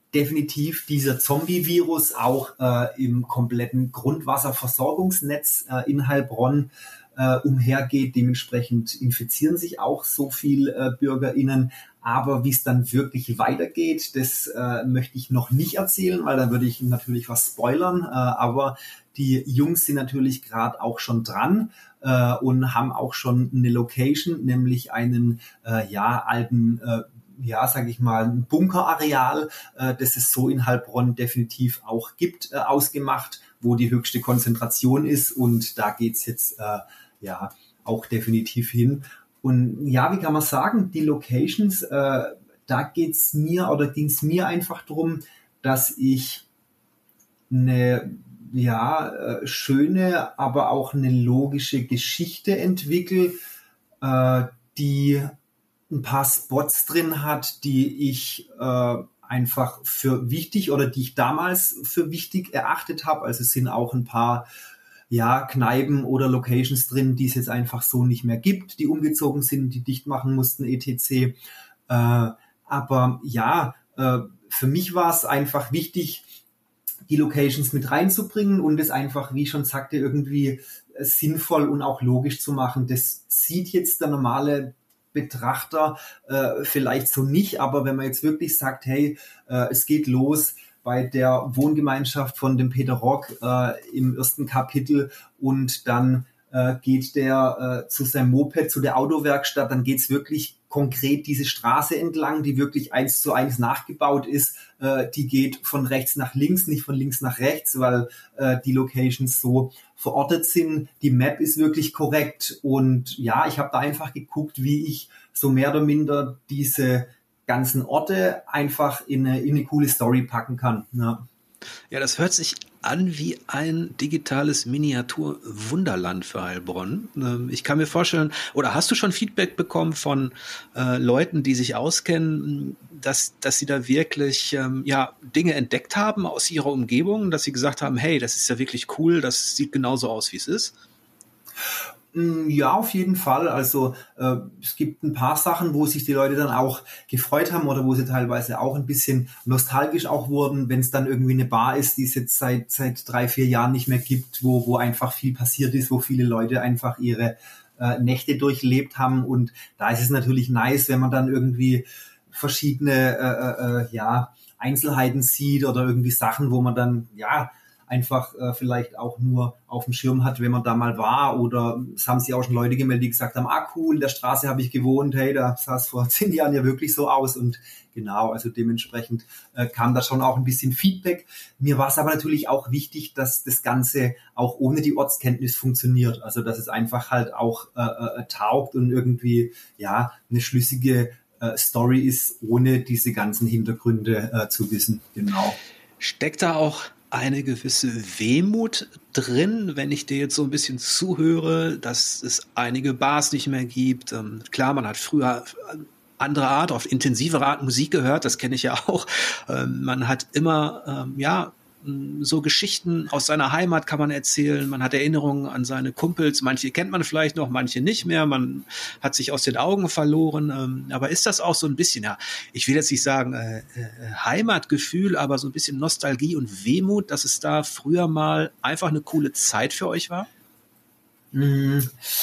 definitiv dieser Zombie-Virus auch äh, im kompletten Grundwasserversorgungsnetz äh, in Heilbronn äh, umhergeht. Dementsprechend infizieren sich auch so viel äh, BürgerInnen. Aber wie es dann wirklich weitergeht, das äh, möchte ich noch nicht erzählen, weil dann würde ich natürlich was spoilern. Äh, aber die Jungs sind natürlich gerade auch schon dran äh, und haben auch schon eine Location, nämlich einen äh, ja alten äh, ja, sage ich mal, ein Bunkerareal, äh, das es so in Heilbronn definitiv auch gibt, äh, ausgemacht, wo die höchste Konzentration ist. Und da geht's jetzt äh, ja auch definitiv hin. Und ja, wie kann man sagen, die Locations, äh, da geht's mir oder ging's mir einfach drum, dass ich eine ja äh, schöne, aber auch eine logische Geschichte entwickle, äh, die ein paar Spots drin hat, die ich äh, einfach für wichtig oder die ich damals für wichtig erachtet habe. Also es sind auch ein paar ja, Kneipen oder Locations drin, die es jetzt einfach so nicht mehr gibt, die umgezogen sind, die dicht machen mussten, et cetera. Äh, aber ja, äh, für mich war es einfach wichtig, die Locations mit reinzubringen und es einfach, wie ich schon sagte, irgendwie sinnvoll und auch logisch zu machen. Das sieht jetzt der normale Betrachter äh, vielleicht so nicht, aber wenn man jetzt wirklich sagt, hey, äh, es geht los bei der Wohngemeinschaft von dem Peter Rock äh, im ersten Kapitel und dann äh, geht der äh, zu seinem Moped, zu der Autowerkstatt, dann geht's wirklich konkret diese Straße entlang, die wirklich eins zu eins nachgebaut ist. Äh, die geht von rechts nach links, nicht von links nach rechts, weil äh, die Locations so verortet sind. Die Map ist wirklich korrekt und ja, ich habe da einfach geguckt, wie ich so mehr oder minder diese ganzen Orte einfach in eine, in eine coole Story packen kann. Ja. Ja, das hört sich an wie ein digitales Miniatur-Wunderland für Heilbronn. Ähm, ich kann mir vorstellen, oder hast du schon Feedback bekommen von äh, Leuten, die sich auskennen, dass, dass sie da wirklich ähm, ja, Dinge entdeckt haben aus ihrer Umgebung, dass sie gesagt haben, hey, das ist ja wirklich cool, das sieht genauso aus, wie es ist? Ja, auf jeden Fall. Also äh, es gibt ein paar Sachen, wo sich die Leute dann auch gefreut haben oder wo sie teilweise auch ein bisschen nostalgisch auch wurden, wenn es dann irgendwie eine Bar ist, die es jetzt seit seit drei, vier Jahren nicht mehr gibt, wo wo einfach viel passiert ist, wo viele Leute einfach ihre äh, Nächte durchlebt haben. Und da ist es natürlich nice, wenn man dann irgendwie verschiedene äh, äh, ja Einzelheiten sieht oder irgendwie Sachen, wo man dann ja einfach äh, vielleicht auch nur auf dem Schirm hat, wenn man da mal war, oder es haben sich auch schon Leute gemeldet, die gesagt haben, ah cool, in der Straße habe ich gewohnt, hey, da sah es vor zehn Jahren ja wirklich so aus. Und genau, also dementsprechend äh, kam da schon auch ein bisschen Feedback. Mir war es aber natürlich auch wichtig, dass das Ganze auch ohne die Ortskenntnis funktioniert, also dass es einfach halt auch äh, äh, taugt und irgendwie ja eine schlüssige äh, Story ist, ohne diese ganzen Hintergründe äh, zu wissen. Genau. Steckt da auch eine gewisse Wehmut drin, wenn ich dir jetzt so ein bisschen zuhöre, dass es einige Bars nicht mehr gibt? Ähm, klar, man hat früher andere Art, oft intensivere Art Musik gehört, das kenne ich ja auch. Ähm, man hat immer, ähm, ja, so Geschichten aus seiner Heimat kann man erzählen. Man hat Erinnerungen an seine Kumpels. Manche kennt man vielleicht noch, manche nicht mehr. Man hat sich aus den Augen verloren. Ähm, aber ist das auch so ein bisschen, ja, ich will jetzt nicht sagen äh, äh, Heimatgefühl, aber so ein bisschen Nostalgie und Wehmut, dass es da früher mal einfach eine coole Zeit für euch war? Mm,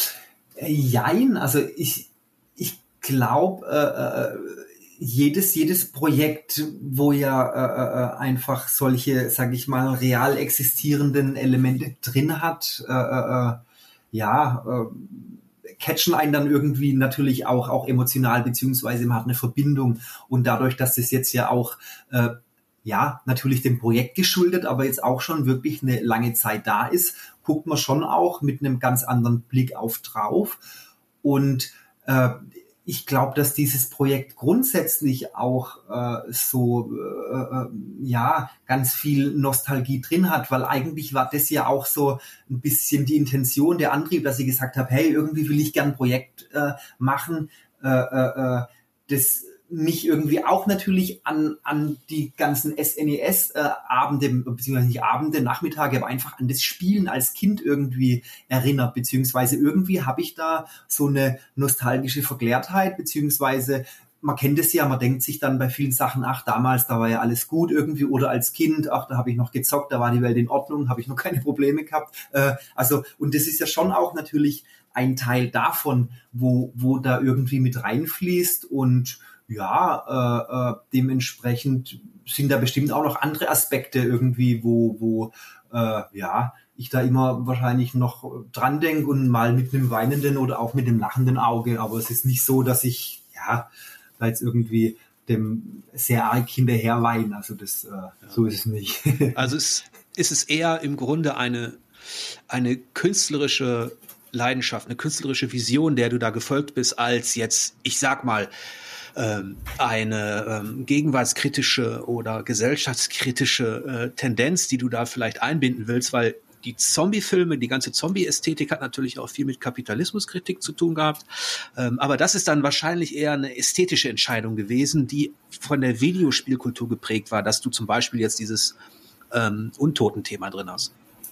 jein, also ich, ich glaube, äh, äh, jedes, jedes Projekt, wo ja äh, äh, einfach solche, sage ich mal, real existierenden Elemente drin hat, äh, äh, ja, äh, catchen einen dann irgendwie natürlich auch, auch emotional, beziehungsweise man hat eine Verbindung. Und dadurch, dass das jetzt ja auch, äh, ja, natürlich dem Projekt geschuldet, aber jetzt auch schon wirklich eine lange Zeit da ist, guckt man schon auch mit einem ganz anderen Blick auf drauf. Und äh, ich glaube, dass dieses Projekt grundsätzlich auch äh, so äh, ja ganz viel Nostalgie drin hat, weil eigentlich war das ja auch so ein bisschen die Intention, der Antrieb, dass ich gesagt habe, hey, irgendwie will ich gern ein Projekt äh, machen, äh, äh, das mich irgendwie auch natürlich an an die ganzen S N E S-Abende, äh, beziehungsweise nicht Abende, Nachmittage, aber einfach an das Spielen als Kind irgendwie erinnert, beziehungsweise irgendwie habe ich da so eine nostalgische Verklärtheit, beziehungsweise man kennt es ja, man denkt sich dann bei vielen Sachen, ach damals, da war ja alles gut irgendwie, oder als Kind, ach da habe ich noch gezockt, da war die Welt in Ordnung, habe ich noch keine Probleme gehabt. Äh, also und das ist ja schon auch natürlich ein Teil davon, wo wo da irgendwie mit reinfließt und ja, äh, äh, dementsprechend sind da bestimmt auch noch andere Aspekte irgendwie, wo wo äh, ja ich da immer wahrscheinlich noch dran denke und mal mit einem weinenden oder auch mit dem lachenden Auge, aber es ist nicht so, dass ich ja da jetzt irgendwie dem sehr arg hinterher weinen, also das äh, ja. So ist es nicht. Also es, ist es eher im Grunde eine eine künstlerische Leidenschaft, eine künstlerische Vision, der du da gefolgt bist, als jetzt, ich sag mal, ähm, eine ähm, gegenwartskritische oder gesellschaftskritische äh, Tendenz, die du da vielleicht einbinden willst, weil die Zombie-Filme, die ganze Zombie-Ästhetik hat natürlich auch viel mit Kapitalismuskritik zu tun gehabt. Ähm, aber das ist dann wahrscheinlich eher eine ästhetische Entscheidung gewesen, die von der Videospielkultur geprägt war, dass du zum Beispiel jetzt dieses ähm, Untoten-Thema drin hast.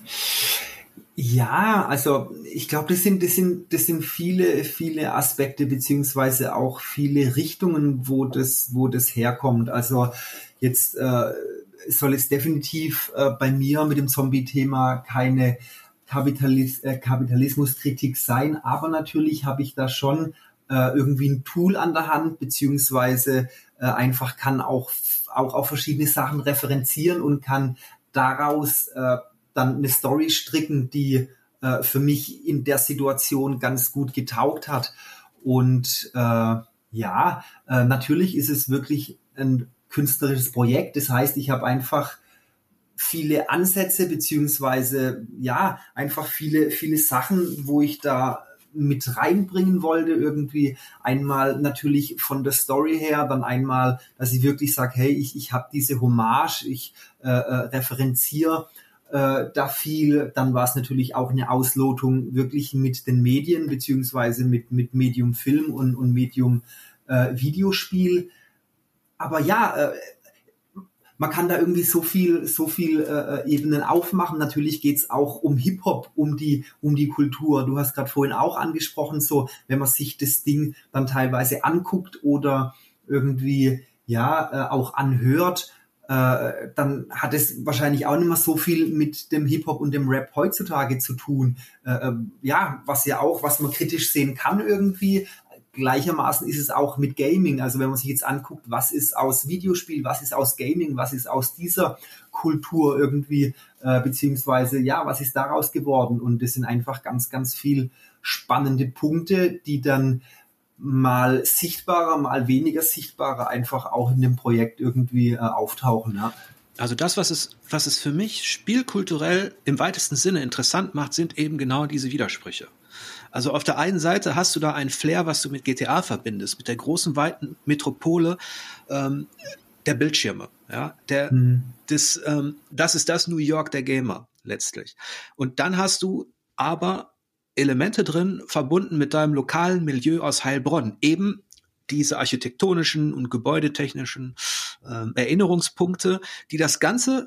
Ja, also ich glaube, das sind, das sind, das sind viele, viele Aspekte beziehungsweise auch viele Richtungen, wo das, wo das herkommt. Also jetzt äh, soll es definitiv äh, bei mir mit dem Zombie-Thema keine Kapitalis äh, Kapitalismuskritik sein, aber natürlich habe ich da schon äh, irgendwie ein Tool an der Hand, beziehungsweise äh, einfach kann auch, auch auf verschiedene Sachen referenzieren und kann daraus äh, dann eine Story stricken, die äh, für mich in der Situation ganz gut getaugt hat. Und äh, ja, äh, natürlich ist es wirklich ein künstlerisches Projekt. Das heißt, ich habe einfach viele Ansätze beziehungsweise ja einfach viele viele Sachen, wo ich da mit reinbringen wollte irgendwie. Einmal natürlich von der Story her, dann einmal, dass ich wirklich sage, hey, ich ich habe diese Hommage, ich äh, äh, referenziere äh, da viel. Dann war es natürlich auch eine Auslotung wirklich mit den Medien beziehungsweise mit mit Medium Film und und Medium äh, Videospiel. Aber ja, äh, man kann da irgendwie so viel, so viel äh, Ebenen aufmachen. Natürlich geht's auch um Hip-Hop, um die, um die Kultur. Du hast gerade vorhin auch angesprochen, so wenn man sich das Ding dann teilweise anguckt oder irgendwie ja äh, auch anhört, äh, dann hat es wahrscheinlich auch nicht mehr so viel mit dem Hip-Hop und dem Rap heutzutage zu tun. Äh, ja, was ja auch, was man kritisch sehen kann irgendwie. Gleichermaßen ist es auch mit Gaming. Also wenn man sich jetzt anguckt, was ist aus Videospiel, was ist aus Gaming, was ist aus dieser Kultur irgendwie, äh, beziehungsweise ja, was ist daraus geworden? Und das sind einfach ganz, ganz viel spannende Punkte, die dann mal sichtbarer, mal weniger sichtbarer einfach auch in dem Projekt irgendwie äh, auftauchen. Ja. Also das, was es, was es für mich spielkulturell im weitesten Sinne interessant macht, sind eben genau diese Widersprüche. Also auf der einen Seite hast du da ein Flair, was du mit G T A verbindest, mit der großen, weiten Metropole ähm, der Bildschirme. Ja, der, mhm. das, ähm, das ist das New York der Gamer letztlich. Und dann hast du aber Elemente drin, verbunden mit deinem lokalen Milieu aus Heilbronn. Eben diese architektonischen und gebäudetechnischen ähm, Erinnerungspunkte, die das Ganze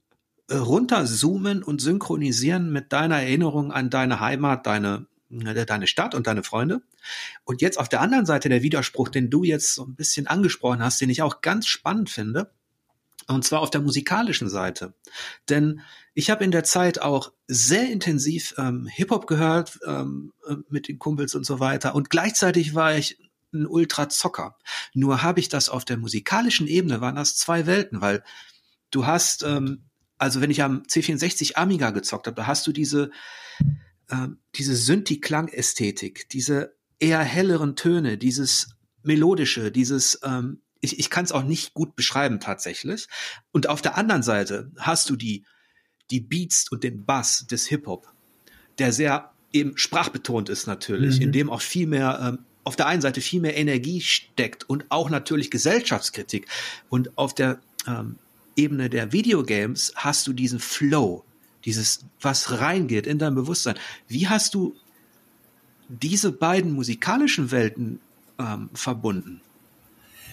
runterzoomen und synchronisieren mit deiner Erinnerung an deine Heimat, deine deine Stadt und deine Freunde. Und jetzt auf der anderen Seite der Widerspruch, den du jetzt so ein bisschen angesprochen hast, den ich auch ganz spannend finde, und zwar auf der musikalischen Seite. Denn ich habe in der Zeit auch sehr intensiv ähm, Hip-Hop gehört, ähm, mit den Kumpels und so weiter. Und gleichzeitig war ich ein Ultra-Zocker. Nur habe ich das auf der musikalischen Ebene, waren das zwei Welten, weil du hast, ähm, also wenn ich am C vierundsechzig Amiga gezockt habe, da hast du diese Ähm, diese Synthi-Klang-Ästhetik, diese eher helleren Töne, dieses melodische, dieses, ähm, ich, ich kann es auch nicht gut beschreiben tatsächlich. Und auf der anderen Seite hast du die, die Beats und den Bass des Hip-Hop, der sehr eben sprachbetont ist natürlich, mhm. in dem auch viel mehr, ähm, auf der einen Seite viel mehr Energie steckt und auch natürlich Gesellschaftskritik. Und auf der ähm, Ebene der Videogames hast du diesen Flow, dieses, was reingeht in dein Bewusstsein. Wie hast du diese beiden musikalischen Welten ähm, verbunden?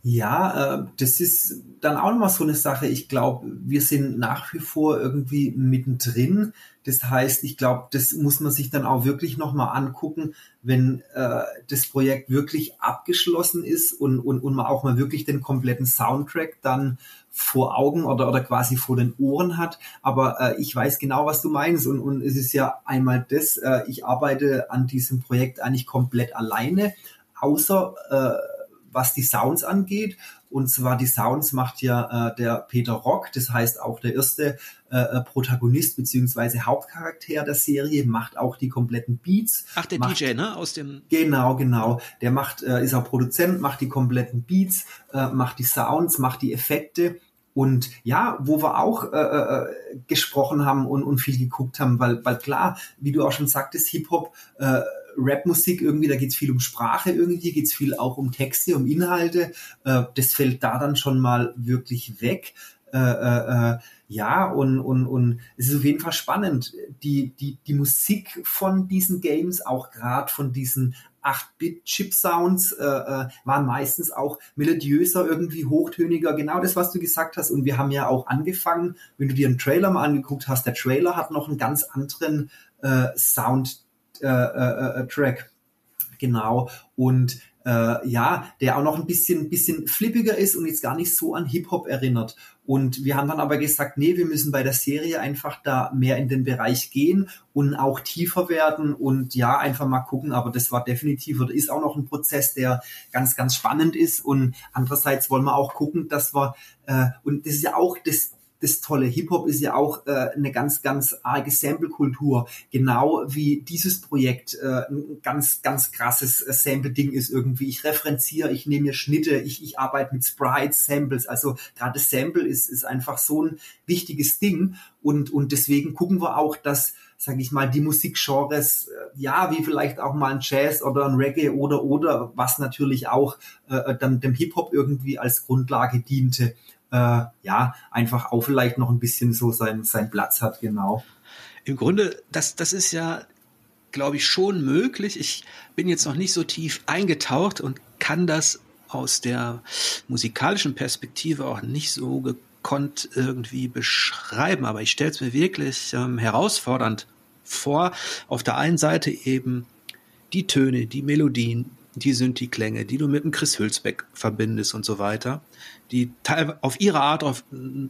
Ja, äh, das ist dann auch nochmal so eine Sache. Ich glaube, wir sind nach wie vor irgendwie mittendrin. Das heißt, ich glaube, das muss man sich dann auch wirklich nochmal angucken, wenn äh, das Projekt wirklich abgeschlossen ist und, und, und man auch mal wirklich den kompletten Soundtrack dann vor Augen oder, oder quasi vor den Ohren hat. Aber äh, ich weiß genau, was du meinst. Und, und es ist ja einmal das, äh, ich arbeite an diesem Projekt eigentlich komplett alleine, außer äh, was die Sounds angeht. Und zwar die Sounds macht ja äh, der Peter Rock, das heißt auch der erste äh, Protagonist beziehungsweise Hauptcharakter der Serie, macht auch die kompletten Beats. Ach, der macht, D J, ne? Aus dem Genau, genau. Der macht, äh, ist auch Produzent, macht die kompletten Beats, äh, macht die Sounds, macht die Effekte. Und ja, wo wir auch äh, äh, gesprochen haben und, und viel geguckt haben, weil, weil klar, wie du auch schon sagtest, Hip-Hop, äh, Rap-Musik irgendwie, da geht's viel um Sprache irgendwie, geht's viel auch um Texte, um Inhalte. Äh, das fällt da dann schon mal wirklich weg. Äh, äh, ja, und, und, und es ist auf jeden Fall spannend. Die, die, die Musik von diesen Games, auch gerade von diesen acht-Bit-Chip-Sounds, äh, äh, waren meistens auch melodiöser, irgendwie hochtöniger, genau das, was du gesagt hast. Und wir haben ja auch angefangen, wenn du dir einen Trailer mal angeguckt hast, der Trailer hat noch einen ganz anderen äh, Sound Äh, äh, Track, genau, und äh, ja, der auch noch ein bisschen bisschen flippiger ist und jetzt gar nicht so an Hip-Hop erinnert. Und wir haben dann aber gesagt, nee, wir müssen bei der Serie einfach da mehr in den Bereich gehen und auch tiefer werden und ja, einfach mal gucken, aber das war definitiv oder ist auch noch ein Prozess, der ganz, ganz spannend ist und andererseits wollen wir auch gucken, dass wir, äh, und das ist ja auch das Das tolle, Hip-Hop ist ja auch äh, eine ganz, ganz arge Sample-Kultur, genau wie dieses Projekt äh, ein ganz, ganz krasses äh, Sample-Ding ist irgendwie. Ich referenziere, ich nehme mir Schnitte, ich, ich arbeite mit Sprites, Samples, also gerade das Sample ist, ist einfach so ein wichtiges Ding und, und deswegen gucken wir auch, dass, sage ich mal, die Musikgenres, äh, ja, wie vielleicht auch mal ein Jazz oder ein Reggae oder, oder, was natürlich auch äh, dann dem Hip-Hop irgendwie als Grundlage diente, Äh, ja, einfach auch vielleicht noch ein bisschen so sein, sein Platz hat, genau. Im Grunde, das, das ist ja, glaube ich, schon möglich. Ich bin jetzt noch nicht so tief eingetaucht und kann das aus der musikalischen Perspektive auch nicht so gekonnt irgendwie beschreiben. Aber ich stelle es mir wirklich ähm, herausfordernd vor, auf der einen Seite eben die Töne, die Melodien, die Synthi-Klänge, die du mit dem Chris Hülsbeck verbindest und so weiter, die teilweise auf ihre Art auf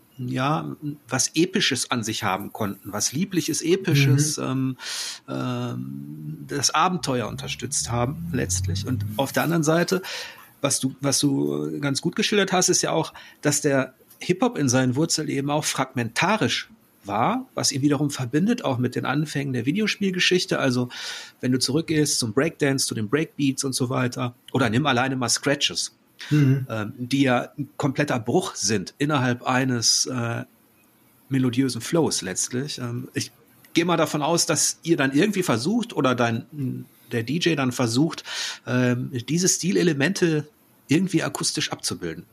ja was Episches an sich haben konnten, was Liebliches, Episches, mhm. ähm, ähm, das Abenteuer unterstützt haben letztlich. Und auf der anderen Seite, was du was du ganz gut geschildert hast, ist ja auch, dass der Hip-Hop in seinen Wurzeln eben auch fragmentarisch war, was ihn wiederum verbindet, auch mit den Anfängen der Videospielgeschichte. Also wenn du zurückgehst zum Breakdance, zu den Breakbeats und so weiter, oder nimm alleine mal Scratches, mhm. ähm, die ja ein kompletter Bruch sind innerhalb eines äh, melodiösen Flows letztlich. Ähm, ich gehe mal davon aus, dass ihr dann irgendwie versucht oder dein der D J dann versucht, ähm, diese Stilelemente irgendwie akustisch abzubilden.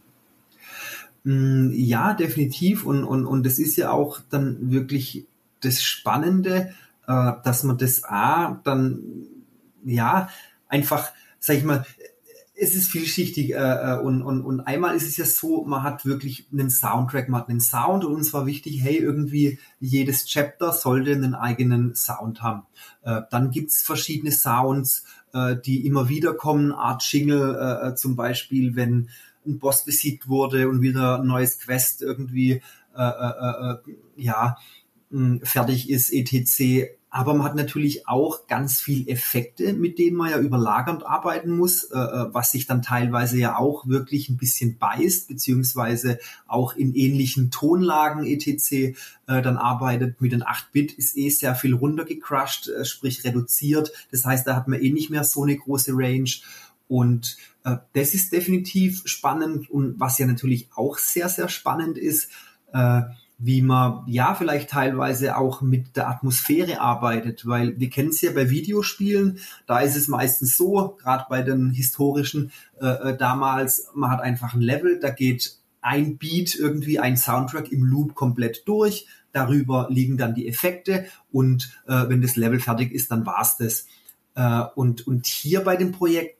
Ja, definitiv. Und, und, und das ist ja auch dann wirklich das Spannende, äh, dass man das A dann, ja, einfach, sag ich mal, es ist vielschichtig äh, und, und, und einmal ist es ja so, man hat wirklich einen Soundtrack, man hat einen Sound und uns war wichtig, hey, irgendwie jedes Chapter sollte einen eigenen Sound haben. Äh, dann gibt's verschiedene Sounds, äh, die immer wieder kommen, Art Jingle äh, zum Beispiel, wenn ein Boss besiegt wurde und wieder ein neues Quest irgendwie äh, äh, äh, ja mh, fertig ist, et cetera. Aber man hat natürlich auch ganz viel Effekte, mit denen man ja überlagernd arbeiten muss, äh, was sich dann teilweise ja auch wirklich ein bisschen beißt, beziehungsweise auch in ähnlichen Tonlagen et cetera äh, dann arbeitet. Mit den acht-Bit ist eh sehr viel runtergecrushed, äh, sprich reduziert. Das heißt, da hat man eh nicht mehr so eine große Range. Und äh, das ist definitiv spannend und was ja natürlich auch sehr, sehr spannend ist, äh, wie man ja vielleicht teilweise auch mit der Atmosphäre arbeitet, weil wir kennen es ja bei Videospielen, da ist es meistens so, gerade bei den historischen äh, damals, man hat einfach ein Level, da geht ein Beat, irgendwie ein Soundtrack im Loop komplett durch, darüber liegen dann die Effekte und äh, wenn das Level fertig ist, dann war's das. Äh, und, und hier bei dem Projekt, da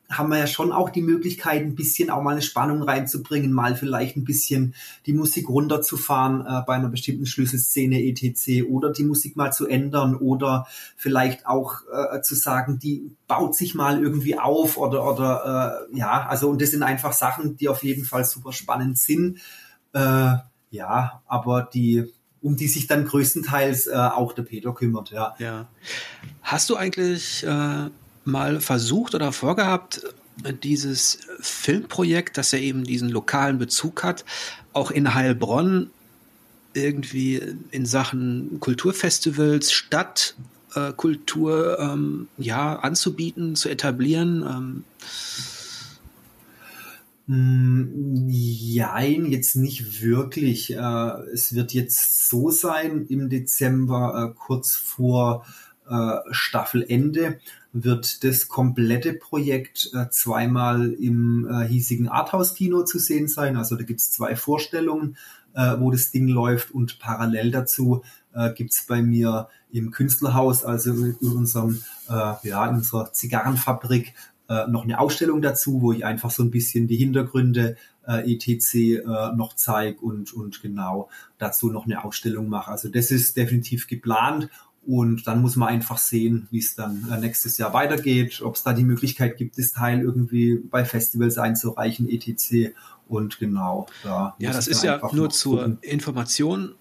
haben wir ja schon auch die Möglichkeit, ein bisschen auch mal eine Spannung reinzubringen, mal vielleicht ein bisschen die Musik runterzufahren äh, bei einer bestimmten Schlüsselszene et cetera oder die Musik mal zu ändern oder vielleicht auch äh, zu sagen, die baut sich mal irgendwie auf oder oder äh, ja, also und das sind einfach Sachen, die auf jeden Fall super spannend sind. Äh, ja, aber die um die sich dann größtenteils äh, auch der Peter kümmert, ja. Ja. Hast du eigentlich äh mal versucht oder vorgehabt, dieses Filmprojekt, das ja eben diesen lokalen Bezug hat, auch in Heilbronn irgendwie in Sachen Kulturfestivals, Stadtkultur äh, ähm, ja, anzubieten, zu etablieren? Ähm. Jein, jetzt nicht wirklich. Äh, es wird jetzt so sein, im Dezember, äh, kurz vor äh, Staffelende, wird das komplette Projekt äh, zweimal im äh, hiesigen Arthouse-Kino zu sehen sein. Also da gibt's zwei Vorstellungen, äh, wo das Ding läuft und parallel dazu äh, gibt's bei mir im Künstlerhaus, also in unserem, äh, ja, in unserer Zigarrenfabrik, äh, noch eine Ausstellung dazu, wo ich einfach so ein bisschen die Hintergründe äh, et cetera äh, noch zeige und, und genau dazu noch eine Ausstellung mache. Also das ist definitiv geplant. Und dann muss man einfach sehen, wie es dann äh, nächstes Jahr weitergeht, ob es da die Möglichkeit gibt, das Teil irgendwie bei Festivals einzureichen, et cetera. Und genau, da ja, das ist ja nur zur gucken. Information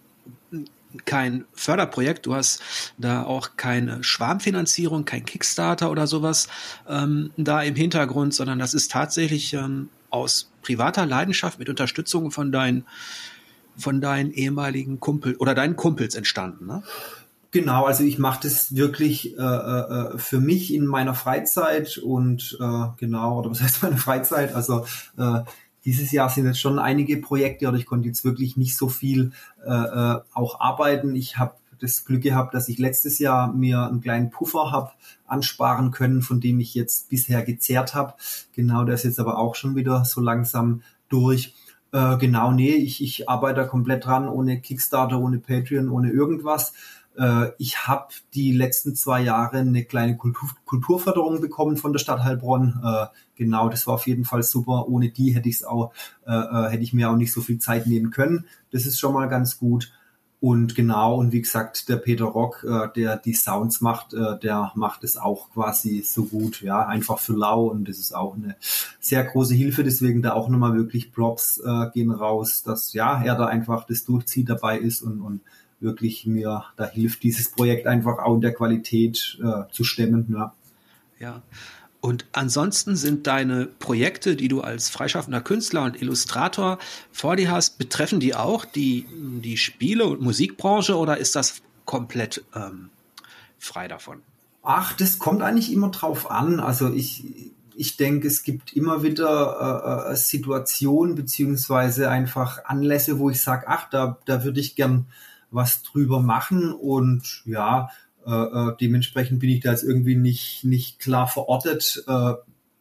kein Förderprojekt. Du hast da auch keine Schwarmfinanzierung, kein Kickstarter oder sowas ähm, da im Hintergrund, sondern das ist tatsächlich ähm, aus privater Leidenschaft mit Unterstützung von deinen von deinen ehemaligen Kumpel oder deinen Kumpels entstanden, ne? Genau, also ich mache das wirklich äh, äh, für mich in meiner Freizeit und äh, genau, oder was heißt meine Freizeit? Also äh, dieses Jahr sind jetzt schon einige Projekte, oder ich konnte jetzt wirklich nicht so viel äh, äh, auch arbeiten. Ich habe das Glück gehabt, dass ich letztes Jahr mir einen kleinen Puffer habe ansparen können, von dem ich jetzt bisher gezehrt habe. Genau, der ist jetzt aber auch schon wieder so langsam durch. Äh, genau, nee, ich, ich arbeite da komplett dran, ohne Kickstarter, ohne Patreon, ohne irgendwas. Ich habe die letzten zwei Jahre eine kleine Kultur, Kulturförderung bekommen von der Stadt Heilbronn. Äh, genau, das war auf jeden Fall super. Ohne die hätte ich es auch, äh, hätte ich mir auch nicht so viel Zeit nehmen können. Das ist schon mal ganz gut. Und genau, und wie gesagt, der Peter Rock, äh, der die Sounds macht, äh, der macht es auch quasi so gut. Ja, einfach für lau, und das ist auch eine sehr große Hilfe. Deswegen da auch nochmal wirklich Props äh, gehen raus, dass ja er da einfach das Durchziehen dabei ist und, und wirklich mir da hilft, dieses Projekt einfach auch in der Qualität äh, zu stemmen. Ja. Ja. Und ansonsten sind deine Projekte, die du als freischaffender Künstler und Illustrator vor dir hast, betreffen die auch die, die Spiele- und Musikbranche, oder ist das komplett ähm, frei davon? Ach, das kommt eigentlich immer drauf an. Also ich, ich denke, es gibt immer wieder äh, Situationen beziehungsweise einfach Anlässe, wo ich sage, ach, da, da würde ich gern was drüber machen, und ja, äh, äh, dementsprechend bin ich da jetzt irgendwie nicht nicht klar verortet. Äh,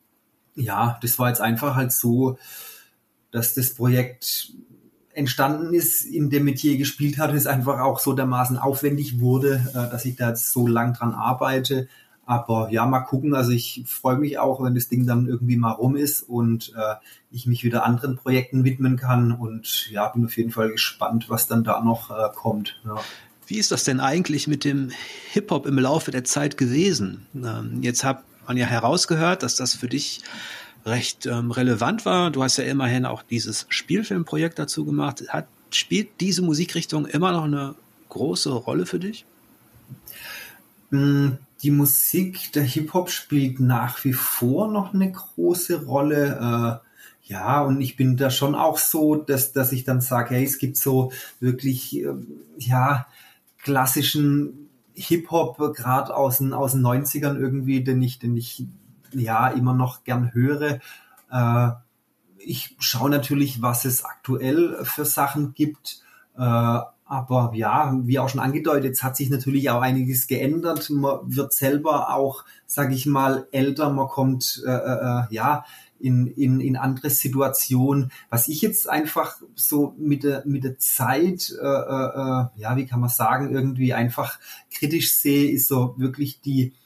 ja, das war jetzt einfach halt so, dass das Projekt entstanden ist, in dem Metier gespielt hat, es einfach auch so dermaßen aufwendig wurde, äh, dass ich da jetzt so lang dran arbeite. Aber ja, mal gucken. Also ich freue mich auch, wenn das Ding dann irgendwie mal rum ist und äh, ich mich wieder anderen Projekten widmen kann. Und ja, bin auf jeden Fall gespannt, was dann da noch äh, kommt. Ja. Wie ist das denn eigentlich mit dem Hip-Hop im Laufe der Zeit gewesen? Ähm, jetzt hat man ja herausgehört, dass das für dich recht ähm, relevant war. Du hast ja immerhin auch dieses Spielfilmprojekt dazu gemacht. Hat, spielt diese Musikrichtung immer noch eine große Rolle für dich? Die Musik, der Hip-Hop spielt nach wie vor noch eine große Rolle. Äh, ja, und ich bin da schon auch so, dass, dass ich dann sage, hey, es gibt so wirklich, äh, ja, klassischen Hip-Hop, gerade aus den, aus den neunzigern irgendwie, den ich, den ich, ja, immer noch gern höre. Äh, ich schaue natürlich, was es aktuell für Sachen gibt. Äh, Aber ja, wie auch schon angedeutet, jetzt hat sich natürlich auch einiges geändert. Man wird selber auch, sage ich mal, älter. Man kommt äh, äh, ja in, in, in andere Situationen. Was ich jetzt einfach so mit der, mit der Zeit, äh, äh, ja, wie kann man sagen, irgendwie einfach kritisch sehe, ist so wirklich die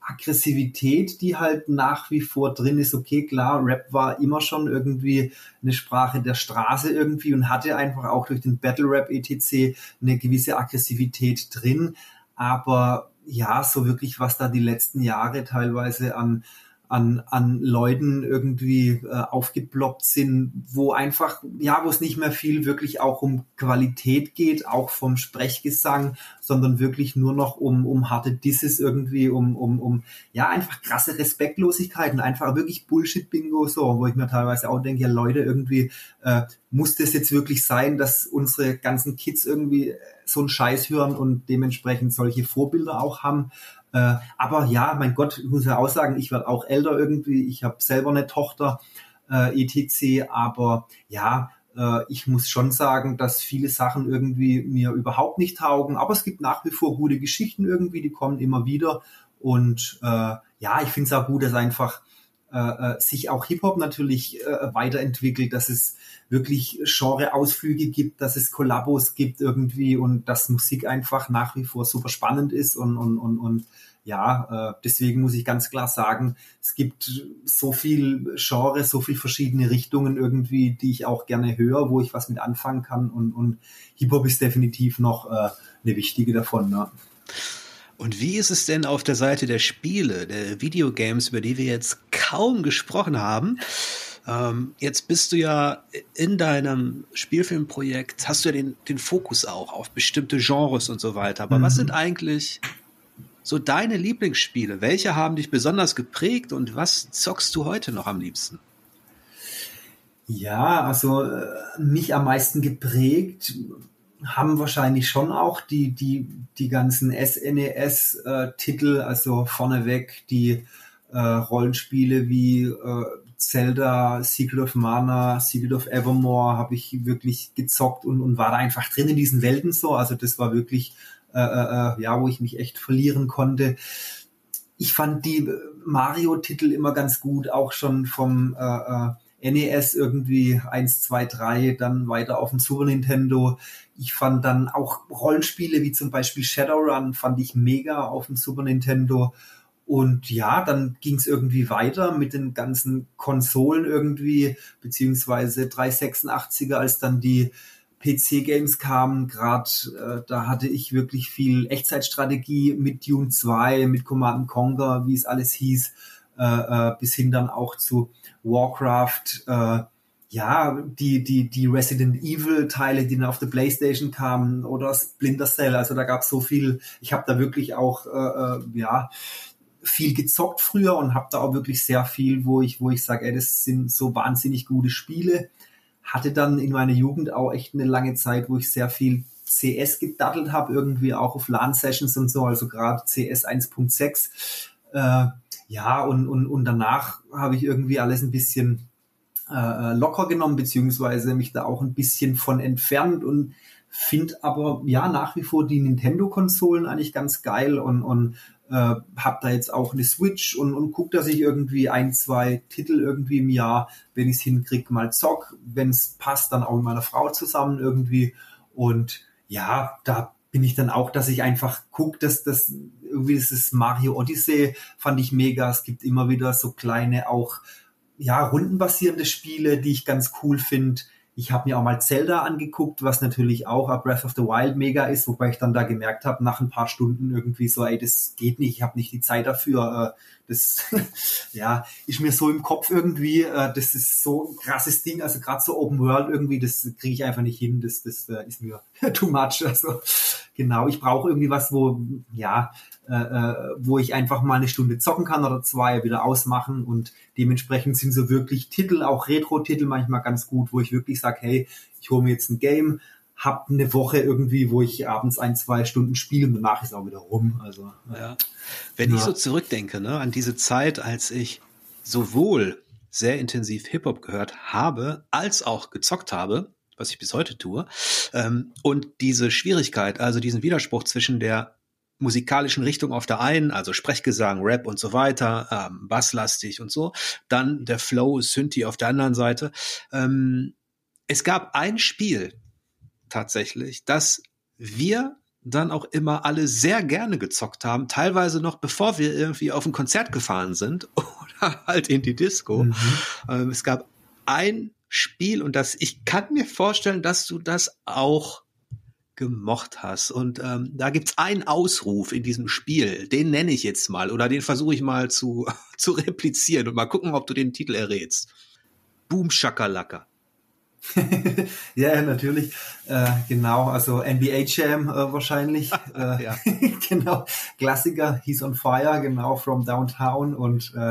Aggressivität, die halt nach wie vor drin ist. Okay, klar, Rap war immer schon irgendwie eine Sprache der Straße irgendwie und hatte einfach auch durch den Battle Rap et cetera eine gewisse Aggressivität drin. Aber ja, so wirklich, was da die letzten Jahre teilweise an an an Leuten irgendwie äh, aufgeploppt sind, wo einfach, ja, wo es nicht mehr viel wirklich auch um Qualität geht, auch vom Sprechgesang, sondern wirklich nur noch um um harte Disses irgendwie, um um um ja, einfach krasse Respektlosigkeiten, einfach wirklich Bullshit-Bingo so, wo ich mir teilweise auch denke, ja Leute, irgendwie äh, muss das jetzt wirklich sein, dass unsere ganzen Kids irgendwie so einen Scheiß hören und dementsprechend solche Vorbilder auch haben. Äh, aber ja, mein Gott, ich muss ja auch sagen, ich werde auch älter irgendwie. Ich habe selber eine Tochter, äh, et cetera. Aber ja, äh, ich muss schon sagen, dass viele Sachen irgendwie mir überhaupt nicht taugen. Aber es gibt nach wie vor gute Geschichten irgendwie, die kommen immer wieder. Und äh, ja, ich finde es auch gut, dass einfach äh, sich auch Hip-Hop natürlich äh, weiterentwickelt, dass es wirklich Genre-Ausflüge gibt, dass es Kollabos gibt irgendwie und dass Musik einfach nach wie vor super spannend ist und, und, und, und ja, äh, deswegen muss ich ganz klar sagen, es gibt so viel Genre, so viel verschiedene Richtungen irgendwie, die ich auch gerne höre, wo ich was mit anfangen kann und, und Hip-Hop ist definitiv noch äh, eine wichtige davon, ne? Und wie ist es denn auf der Seite der Spiele, der Videogames, über die wir jetzt kaum gesprochen haben? Ähm, jetzt bist du ja in deinem Spielfilmprojekt, hast du ja den, den Fokus auch auf bestimmte Genres und so weiter. Aber mhm. was sind eigentlich so deine Lieblingsspiele? Welche haben dich besonders geprägt und was zockst du heute noch am liebsten? Ja, also äh, mich am meisten geprägt haben wahrscheinlich schon auch die die die ganzen S N E S-Titel, äh, also vorneweg die äh, Rollenspiele wie äh, Zelda, Secret of Mana, Secret of Evermore habe ich wirklich gezockt und, und war da einfach drin in diesen Welten so. Also das war wirklich, äh, äh, ja, wo ich mich echt verlieren konnte. Ich fand die Mario-Titel immer ganz gut, auch schon vom äh, äh, N E S irgendwie eins, zwei, drei, dann weiter auf dem Super Nintendo. Ich fand dann auch Rollenspiele wie zum Beispiel Shadowrun fand ich mega auf dem Super Nintendo. Und ja, dann ging es irgendwie weiter mit den ganzen Konsolen irgendwie, beziehungsweise dreihundertsechsundachtziger, als dann die P C-Games kamen. Gerade äh, da hatte ich wirklich viel Echtzeitstrategie mit Dune zwei, mit Command and Conquer, wie es alles hieß, äh, äh, bis hin dann auch zu Warcraft, äh, ja, die die die Resident Evil Teile, die dann auf der PlayStation kamen, oder Splinter Cell. Also da gab es so viel. Ich habe da wirklich auch äh, äh, ja viel gezockt früher und habe da auch wirklich sehr viel, wo ich wo ich sage, ey, das sind so wahnsinnig gute Spiele. Hatte dann in meiner Jugend auch echt eine lange Zeit, wo ich sehr viel C S gedattelt habe, irgendwie auch auf LAN-Sessions und so, also gerade C S eins Punkt sechs. Äh, ja, und, und, und danach habe ich irgendwie alles ein bisschen äh, locker genommen, beziehungsweise mich da auch ein bisschen von entfernt und finde aber ja nach wie vor die Nintendo-Konsolen eigentlich ganz geil und, und äh, habe da jetzt auch eine Switch und, und gucke, dass ich irgendwie ein, zwei Titel irgendwie im Jahr, wenn ich es hinkriege, mal zock. Wenn es passt, dann auch mit meiner Frau zusammen irgendwie. Und ja, da bin ich dann auch, dass ich einfach gucke, dass das irgendwie dieses Mario Odyssey fand ich mega. Es gibt immer wieder so kleine auch ja rundenbasierende Spiele, die ich ganz cool finde. Ich habe mir auch mal Zelda angeguckt, was natürlich auch a Breath of the Wild mega ist, wobei ich dann da gemerkt habe, nach ein paar Stunden irgendwie so, ey, das geht nicht, ich habe nicht die Zeit dafür. Das ja ist mir so im Kopf irgendwie, das ist so ein krasses Ding, also gerade so Open World irgendwie, das kriege ich einfach nicht hin, das, das ist mir too much. Also genau, ich brauche irgendwie was, wo ja, äh, wo ich einfach mal eine Stunde zocken kann oder zwei, wieder ausmachen und dementsprechend sind so wirklich Titel, auch Retro-Titel manchmal ganz gut, wo ich wirklich sage, hey, ich hole mir jetzt ein Game, hab eine Woche irgendwie, wo ich abends ein, zwei Stunden spiele und danach ist auch wieder rum. Also ja. Wenn ja. ich so zurückdenke, ne, an diese Zeit, als ich sowohl sehr intensiv Hip-Hop gehört habe, als auch gezockt habe, was ich bis heute tue, ähm, und diese Schwierigkeit, also diesen Widerspruch zwischen der musikalischen Richtung auf der einen, also Sprechgesang, Rap und so weiter, ähm, basslastig und so, dann der Flow, Synthi auf der anderen Seite. Ähm, es gab ein Spiel tatsächlich, das wir dann auch immer alle sehr gerne gezockt haben, teilweise noch bevor wir irgendwie auf ein Konzert gefahren sind oder halt in die Disco. Mhm. Ähm, es gab ein Spiel und das, ich kann mir vorstellen, dass du das auch gemocht hast. Und ähm, da gibt's einen Ausruf in diesem Spiel, den nenne ich jetzt mal oder den versuche ich mal zu, zu replizieren und mal gucken, ob du den Titel errätst. Boom Shakalaka. Ja, natürlich. Äh, genau, also N B A Jam äh, wahrscheinlich. Äh, ja. Genau, Klassiker, He's on Fire, genau, From Downtown und äh,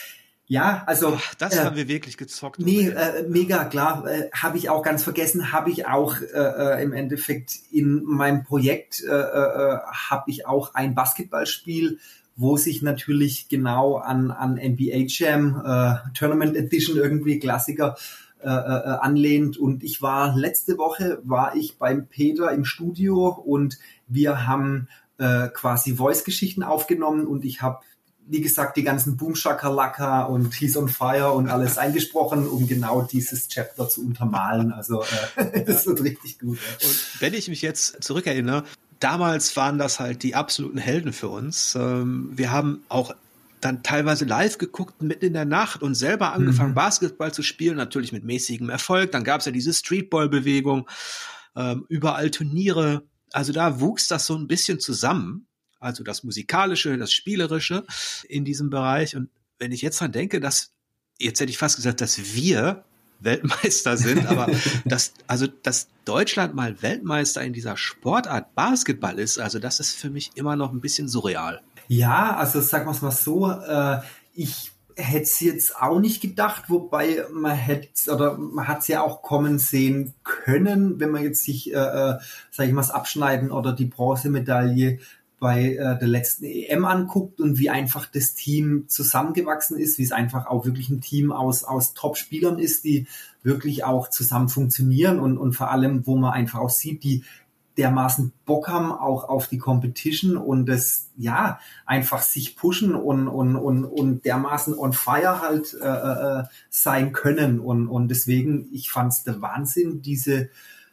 ja, also Ach, das äh, haben wir wirklich gezockt. Nee, äh, mega, klar. Äh, habe ich auch ganz vergessen, habe ich auch äh, im Endeffekt in meinem Projekt, äh, äh, habe ich auch ein Basketballspiel, wo sich natürlich genau an, an N B A Jam, äh, Tournament Edition irgendwie, Klassiker, äh, äh, anlehnt. Und ich war, letzte Woche war ich beim Peter im Studio und wir haben äh, quasi Voice-Geschichten aufgenommen und ich habe, wie gesagt, die ganzen Boom Shakalaka und He's on Fire und alles eingesprochen, um genau dieses Chapter zu untermalen. Also äh, das wird richtig gut. Ja. Und wenn ich mich jetzt zurückerinnere, damals waren das halt die absoluten Helden für uns. Ähm, wir haben auch dann teilweise live geguckt, mitten in der Nacht und selber angefangen, mhm. Basketball zu spielen, natürlich mit mäßigem Erfolg. Dann gab es ja diese Streetball-Bewegung, ähm, überall Turniere. Also da wuchs das so ein bisschen zusammen. Also das Musikalische, das Spielerische in diesem Bereich. Und wenn ich jetzt dran denke, dass, jetzt hätte ich fast gesagt, dass wir Weltmeister sind, aber dass, also, dass Deutschland mal Weltmeister in dieser Sportart Basketball ist, also das ist für mich immer noch ein bisschen surreal. Ja, also sagen wir es mal so, äh, ich hätte es jetzt auch nicht gedacht, wobei man hätte oder man hat es ja auch kommen sehen können, wenn man jetzt sich, äh, äh, sage ich mal, das Abschneiden oder die Bronzemedaille bei äh, der letzten E M anguckt und wie einfach das Team zusammengewachsen ist, wie es einfach auch wirklich ein Team aus aus Top-Spielern ist, die wirklich auch zusammen funktionieren und und vor allem, wo man einfach auch sieht, die dermaßen Bock haben auch auf die Competition und das ja einfach sich pushen und und und und dermaßen on fire halt äh, äh, sein können und und deswegen, ich fand's der Wahnsinn, diese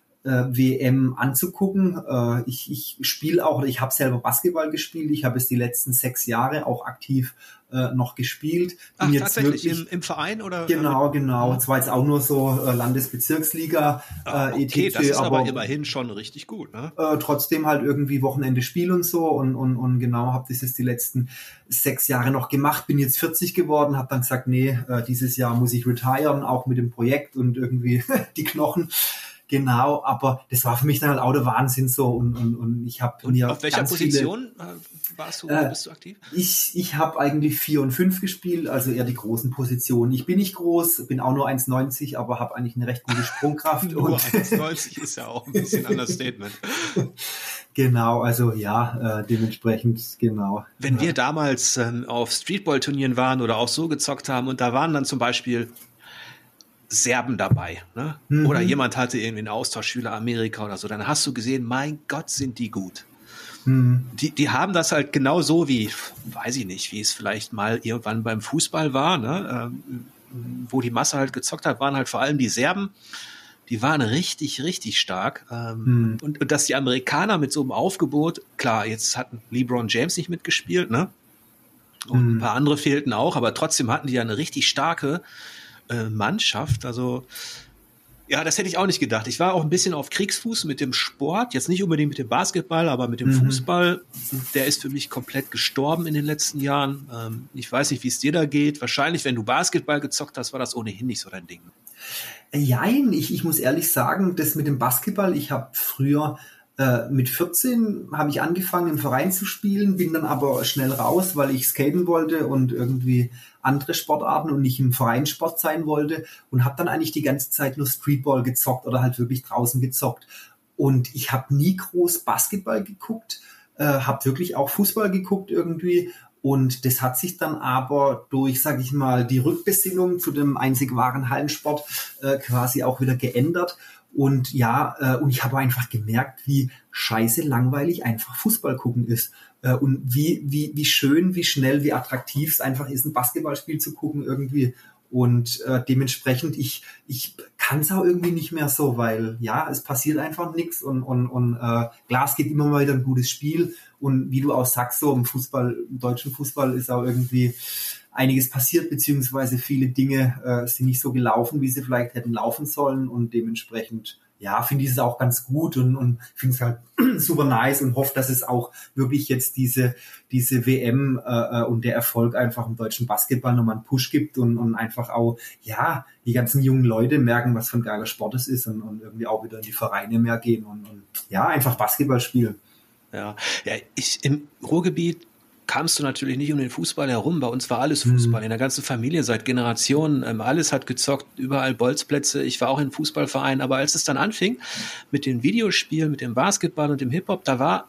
W M anzugucken. Äh, ich ich spiele auch, ich habe selber Basketball gespielt. Ich habe es die letzten sechs Jahre auch aktiv äh, noch gespielt. Bin Ach, jetzt tatsächlich wirklich, im, im Verein oder? Genau, genau. Zwar jetzt auch nur so äh, Landesbezirksliga. Ah, okay, äh, et cetera, das ist aber, aber immerhin schon richtig gut, ne? Äh, trotzdem halt irgendwie Wochenende Spiel und so und und und genau, habe das jetzt die letzten sechs Jahre noch gemacht. Bin jetzt vierzig geworden, habe dann gesagt, nee, äh, dieses Jahr muss ich retiren, auch mit dem Projekt und irgendwie die Knochen. Genau, aber das war für mich dann halt auch der Wahnsinn so und und und ich habe mir auf welcher Position viele, warst du äh, bist du aktiv? Ich ich habe eigentlich vier und fünf gespielt, also eher die großen Positionen. Ich bin nicht groß, bin auch nur eins neunzig, aber habe eigentlich eine recht gute Sprungkraft. Nur eins neunzig ist ja auch ein bisschen ein Understatement. Genau, also ja, äh, dementsprechend genau. Wenn ja. wir damals ähm, auf Streetball-Turnieren waren oder auch so gezockt haben und da waren dann zum Beispiel Serben dabei, ne? Mhm. Oder jemand hatte irgendwie einen Austauschschüler Amerika oder so, dann hast du gesehen, mein Gott, sind die gut. Mhm. Die, die haben das halt genau so wie, weiß ich nicht, wie es vielleicht mal irgendwann beim Fußball war, ne? Ähm, wo die Masse halt gezockt hat, waren halt vor allem die Serben, die waren richtig, richtig stark. Ähm, mhm. und, und dass die Amerikaner mit so einem Aufgebot, klar, jetzt hat LeBron James nicht mitgespielt, ne? Und mhm. ein paar andere fehlten auch, aber trotzdem hatten die ja eine richtig starke Mannschaft, also ja, das hätte ich auch nicht gedacht. Ich war auch ein bisschen auf Kriegsfuß mit dem Sport, jetzt nicht unbedingt mit dem Basketball, aber mit dem mhm. Fußball. Der ist für mich komplett gestorben in den letzten Jahren. Ähm, ich weiß nicht, wie es dir da geht. Wahrscheinlich, wenn du Basketball gezockt hast, war das ohnehin nicht so dein Ding. Jein, ich, ich muss ehrlich sagen, das mit dem Basketball, ich habe früher mit vierzehn habe ich angefangen im Verein zu spielen, bin dann aber schnell raus, weil ich skaten wollte und irgendwie andere Sportarten und nicht im Vereinssport sein wollte und habe dann eigentlich die ganze Zeit nur Streetball gezockt oder halt wirklich draußen gezockt. Und ich habe nie groß Basketball geguckt, äh, habe wirklich auch Fußball geguckt irgendwie. Und das hat sich dann aber durch, sage ich mal, die Rückbesinnung zu dem einzig wahren Hallensport äh, quasi auch wieder geändert. Und ja, äh, und ich habe einfach gemerkt, wie scheiße langweilig einfach Fußball gucken ist. Äh, und wie, wie, wie schön, wie schnell, wie attraktiv es einfach ist, ein Basketballspiel zu gucken irgendwie. Und äh, dementsprechend, ich ich kann es auch irgendwie nicht mehr so, weil ja, es passiert einfach nichts und und und äh, klar, es geht immer mal wieder ein gutes Spiel und wie du auch sagst, so im Fußball, im deutschen Fußball ist auch irgendwie einiges passiert, beziehungsweise viele Dinge äh, sind nicht so gelaufen, wie sie vielleicht hätten laufen sollen und dementsprechend ja, finde ich es auch ganz gut und, und finde es halt super nice und hoffe, dass es auch wirklich jetzt diese diese W M äh, und der Erfolg einfach im deutschen Basketball nochmal einen Push gibt und, und einfach auch, ja, die ganzen jungen Leute merken, was für ein geiler Sport es ist und, und irgendwie auch wieder in die Vereine mehr gehen und, und ja, einfach Basketball spielen. Ja, ja, ich im Ruhrgebiet kamst du natürlich nicht um den Fußball herum. Bei uns war alles Fußball, in der ganzen Familie seit Generationen. Ähm, alles hat gezockt, überall Bolzplätze. Ich war auch in Fußballvereinen. Aber als es dann anfing mit den Videospielen, mit dem Basketball und dem Hip-Hop, da war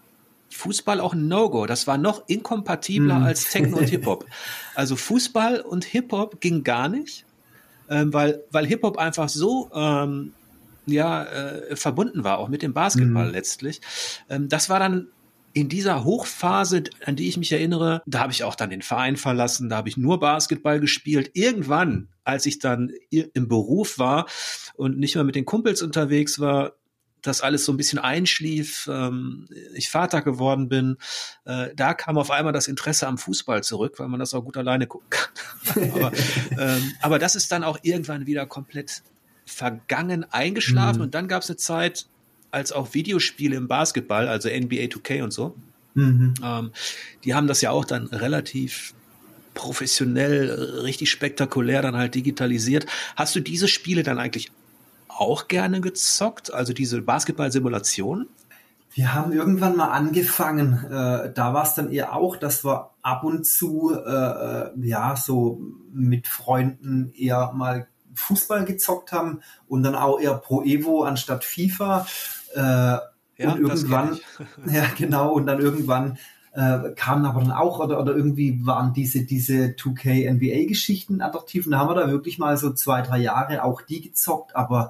Fußball auch ein No-Go. Das war noch inkompatibler mm. als Techno und Hip-Hop. Also Fußball und Hip-Hop ging gar nicht, ähm, weil, weil Hip-Hop einfach so ähm, ja, äh, verbunden war, auch mit dem Basketball mm. letztlich. Ähm, das war dann in dieser Hochphase, an die ich mich erinnere, da habe ich auch dann den Verein verlassen, da habe ich nur Basketball gespielt. Irgendwann, als ich dann im Beruf war und nicht mehr mit den Kumpels unterwegs war, das alles so ein bisschen einschlief, ähm, ich Vater geworden bin, äh, da kam auf einmal das Interesse am Fußball zurück, weil man das auch gut alleine gucken kann. aber, ähm, aber das ist dann auch irgendwann wieder komplett vergangen, eingeschlafen. Mhm. Und dann gab es eine Zeit, als auch Videospiele im Basketball, also N B A two K und so, mhm. ähm, die haben das ja auch dann relativ professionell, richtig spektakulär dann halt digitalisiert. Hast du diese Spiele dann eigentlich auch gerne gezockt, also diese Basketball-Simulation? Wir haben irgendwann mal angefangen, äh, da war es dann eher auch, dass wir ab und zu äh, ja so mit Freunden eher mal Fußball gezockt haben und dann auch eher Pro Evo anstatt FIFA. Äh, ja, und irgendwann, ja genau, und dann irgendwann äh, kamen aber dann auch, oder, oder irgendwie waren diese, diese two K N B A-Geschichten attraktiv und da haben wir da wirklich mal so zwei, drei Jahre auch die gezockt, aber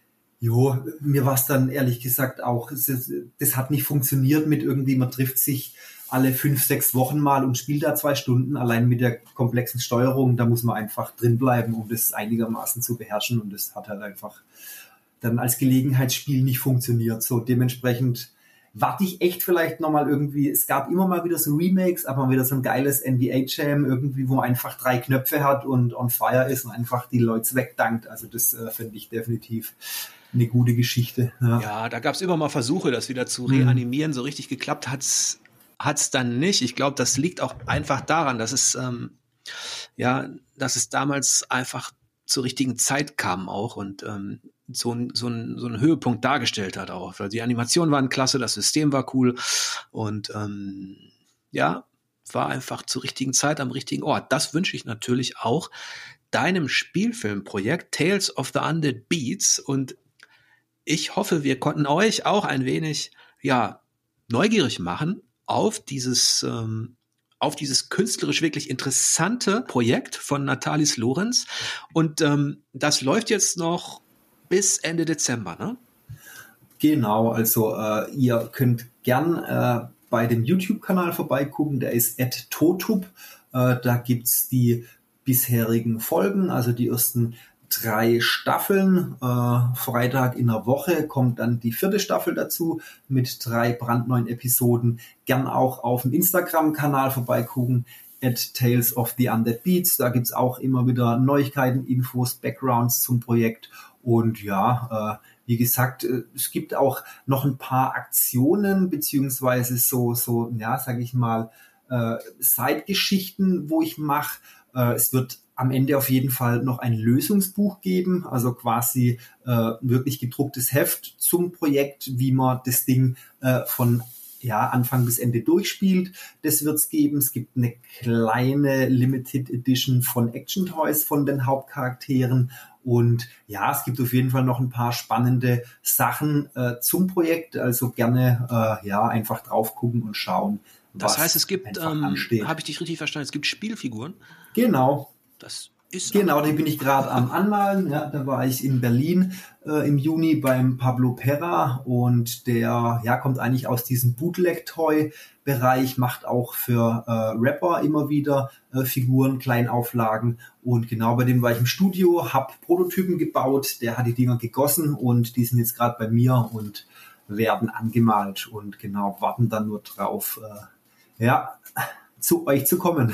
jo, mir war es dann ehrlich gesagt auch, das, das hat nicht funktioniert mit irgendwie, man trifft sich alle fünf, sechs Wochen mal und spielt da zwei Stunden, allein mit der komplexen Steuerung, da muss man einfach drin bleiben, um das einigermaßen zu beherrschen und das hat halt einfach dann als Gelegenheitsspiel nicht funktioniert. So dementsprechend warte ich echt vielleicht nochmal irgendwie, es gab immer mal wieder so Remakes, aber mal wieder so ein geiles N B A-Jam irgendwie, wo man einfach drei Knöpfe hat und on fire ist und einfach die Leute wegdankt. Also das äh, finde ich definitiv eine gute Geschichte. Ja, ja, da gab es immer mal Versuche, das wieder zu reanimieren. Mhm. So richtig geklappt hat's hat's dann nicht. Ich glaube, das liegt auch einfach daran, dass es ähm, ja, dass es damals einfach zur richtigen Zeit kam auch und ähm, so ein so ein so ein Höhepunkt dargestellt hat auch. Weil die Animationen waren klasse, das System war cool und ähm, ja, war einfach zur richtigen Zeit am richtigen Ort. Das wünsche ich natürlich auch deinem Spielfilmprojekt Tales of the Undead Beats und ich hoffe, wir konnten euch auch ein wenig ja neugierig machen auf dieses ähm, auf dieses künstlerisch wirklich interessante Projekt von Natalis Lorenz. Und ähm, das läuft jetzt noch bis Ende Dezember, ne? Genau, also äh, ihr könnt gern äh, bei dem YouTube-Kanal vorbeigucken, der ist at totub. Äh, da gibt's die bisherigen Folgen, also die ersten drei Staffeln. Äh, Freitag in der Woche kommt dann die vierte Staffel dazu mit drei brandneuen Episoden. Gern auch auf dem Instagram-Kanal vorbeigucken, at Tales of the Undead Beats. Da gibt's auch immer wieder Neuigkeiten, Infos, Backgrounds zum Projekt. Und ja, äh, wie gesagt, äh, es gibt auch noch ein paar Aktionen, beziehungsweise so, so ja, sage ich mal, äh, Side-Geschichten, wo ich mache. Äh, es wird am Ende auf jeden Fall noch ein Lösungsbuch geben, also quasi äh, wirklich gedrucktes Heft zum Projekt, wie man das Ding äh, von ja, Anfang bis Ende durchspielt. Das wird's geben. Es gibt eine kleine Limited Edition von Action Toys von den Hauptcharakteren und ja, es gibt auf jeden Fall noch ein paar spannende Sachen äh, zum Projekt, also gerne äh, ja einfach drauf gucken und schauen. Das heißt, es gibt, ähm, habe ich dich richtig verstanden, es gibt Spielfiguren? Genau. Das ist. Genau, den bin ich gerade am Anmalen. Ja, da war ich in Berlin äh, im Juni beim Pablo Perra und der ja kommt eigentlich aus diesem Bootleg-Toy-Bereich, macht auch für äh, Rapper immer wieder äh, Figuren, Kleinauflagen und genau bei dem war ich im Studio, hab Prototypen gebaut, der hat die Dinger gegossen und die sind jetzt gerade bei mir und werden angemalt und genau warten dann nur drauf, äh, ja, zu euch zu kommen.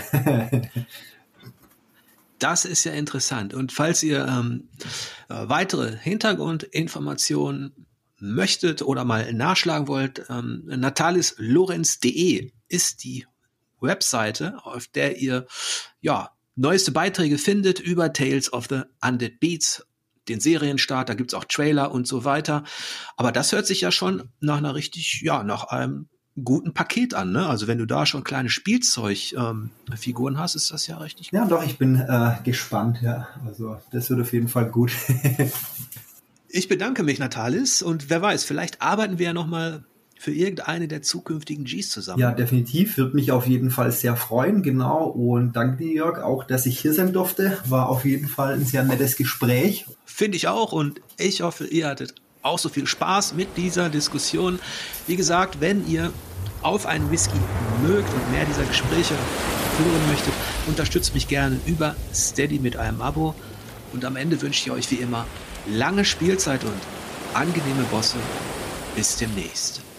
Das ist ja interessant. Und falls ihr ähm, weitere Hintergrundinformationen möchtet oder mal nachschlagen wollt, ähm, natalis lorenz punkt de ist die Webseite, auf der ihr ja neueste Beiträge findet über Tales of the Undead Beats, den Serienstart, da gibt's auch Trailer und so weiter. Aber das hört sich ja schon nach einer richtig, ja, nach einem guten Paket an, ne? Also wenn du da schon kleine Spielzeugfiguren ähm, hast, ist das ja richtig gut. Ja, doch, ich bin äh, gespannt, ja. Also das wird auf jeden Fall gut. Ich bedanke mich, Natalis, und wer weiß, vielleicht arbeiten wir ja nochmal für irgendeine der zukünftigen Gs zusammen. Ja, definitiv, würde mich auf jeden Fall sehr freuen, genau. Und danke dir, Jörg, auch, dass ich hier sein durfte. War auf jeden Fall ein sehr nettes Gespräch. Finde ich auch und ich hoffe, ihr hattet auch so viel Spaß mit dieser Diskussion. Wie gesagt, wenn ihr auf einen Whisky mögt und mehr dieser Gespräche führen möchtet, unterstützt mich gerne über Steady mit einem Abo. Und am Ende wünsche ich euch wie immer lange Spielzeit und angenehme Bosse. Bis demnächst.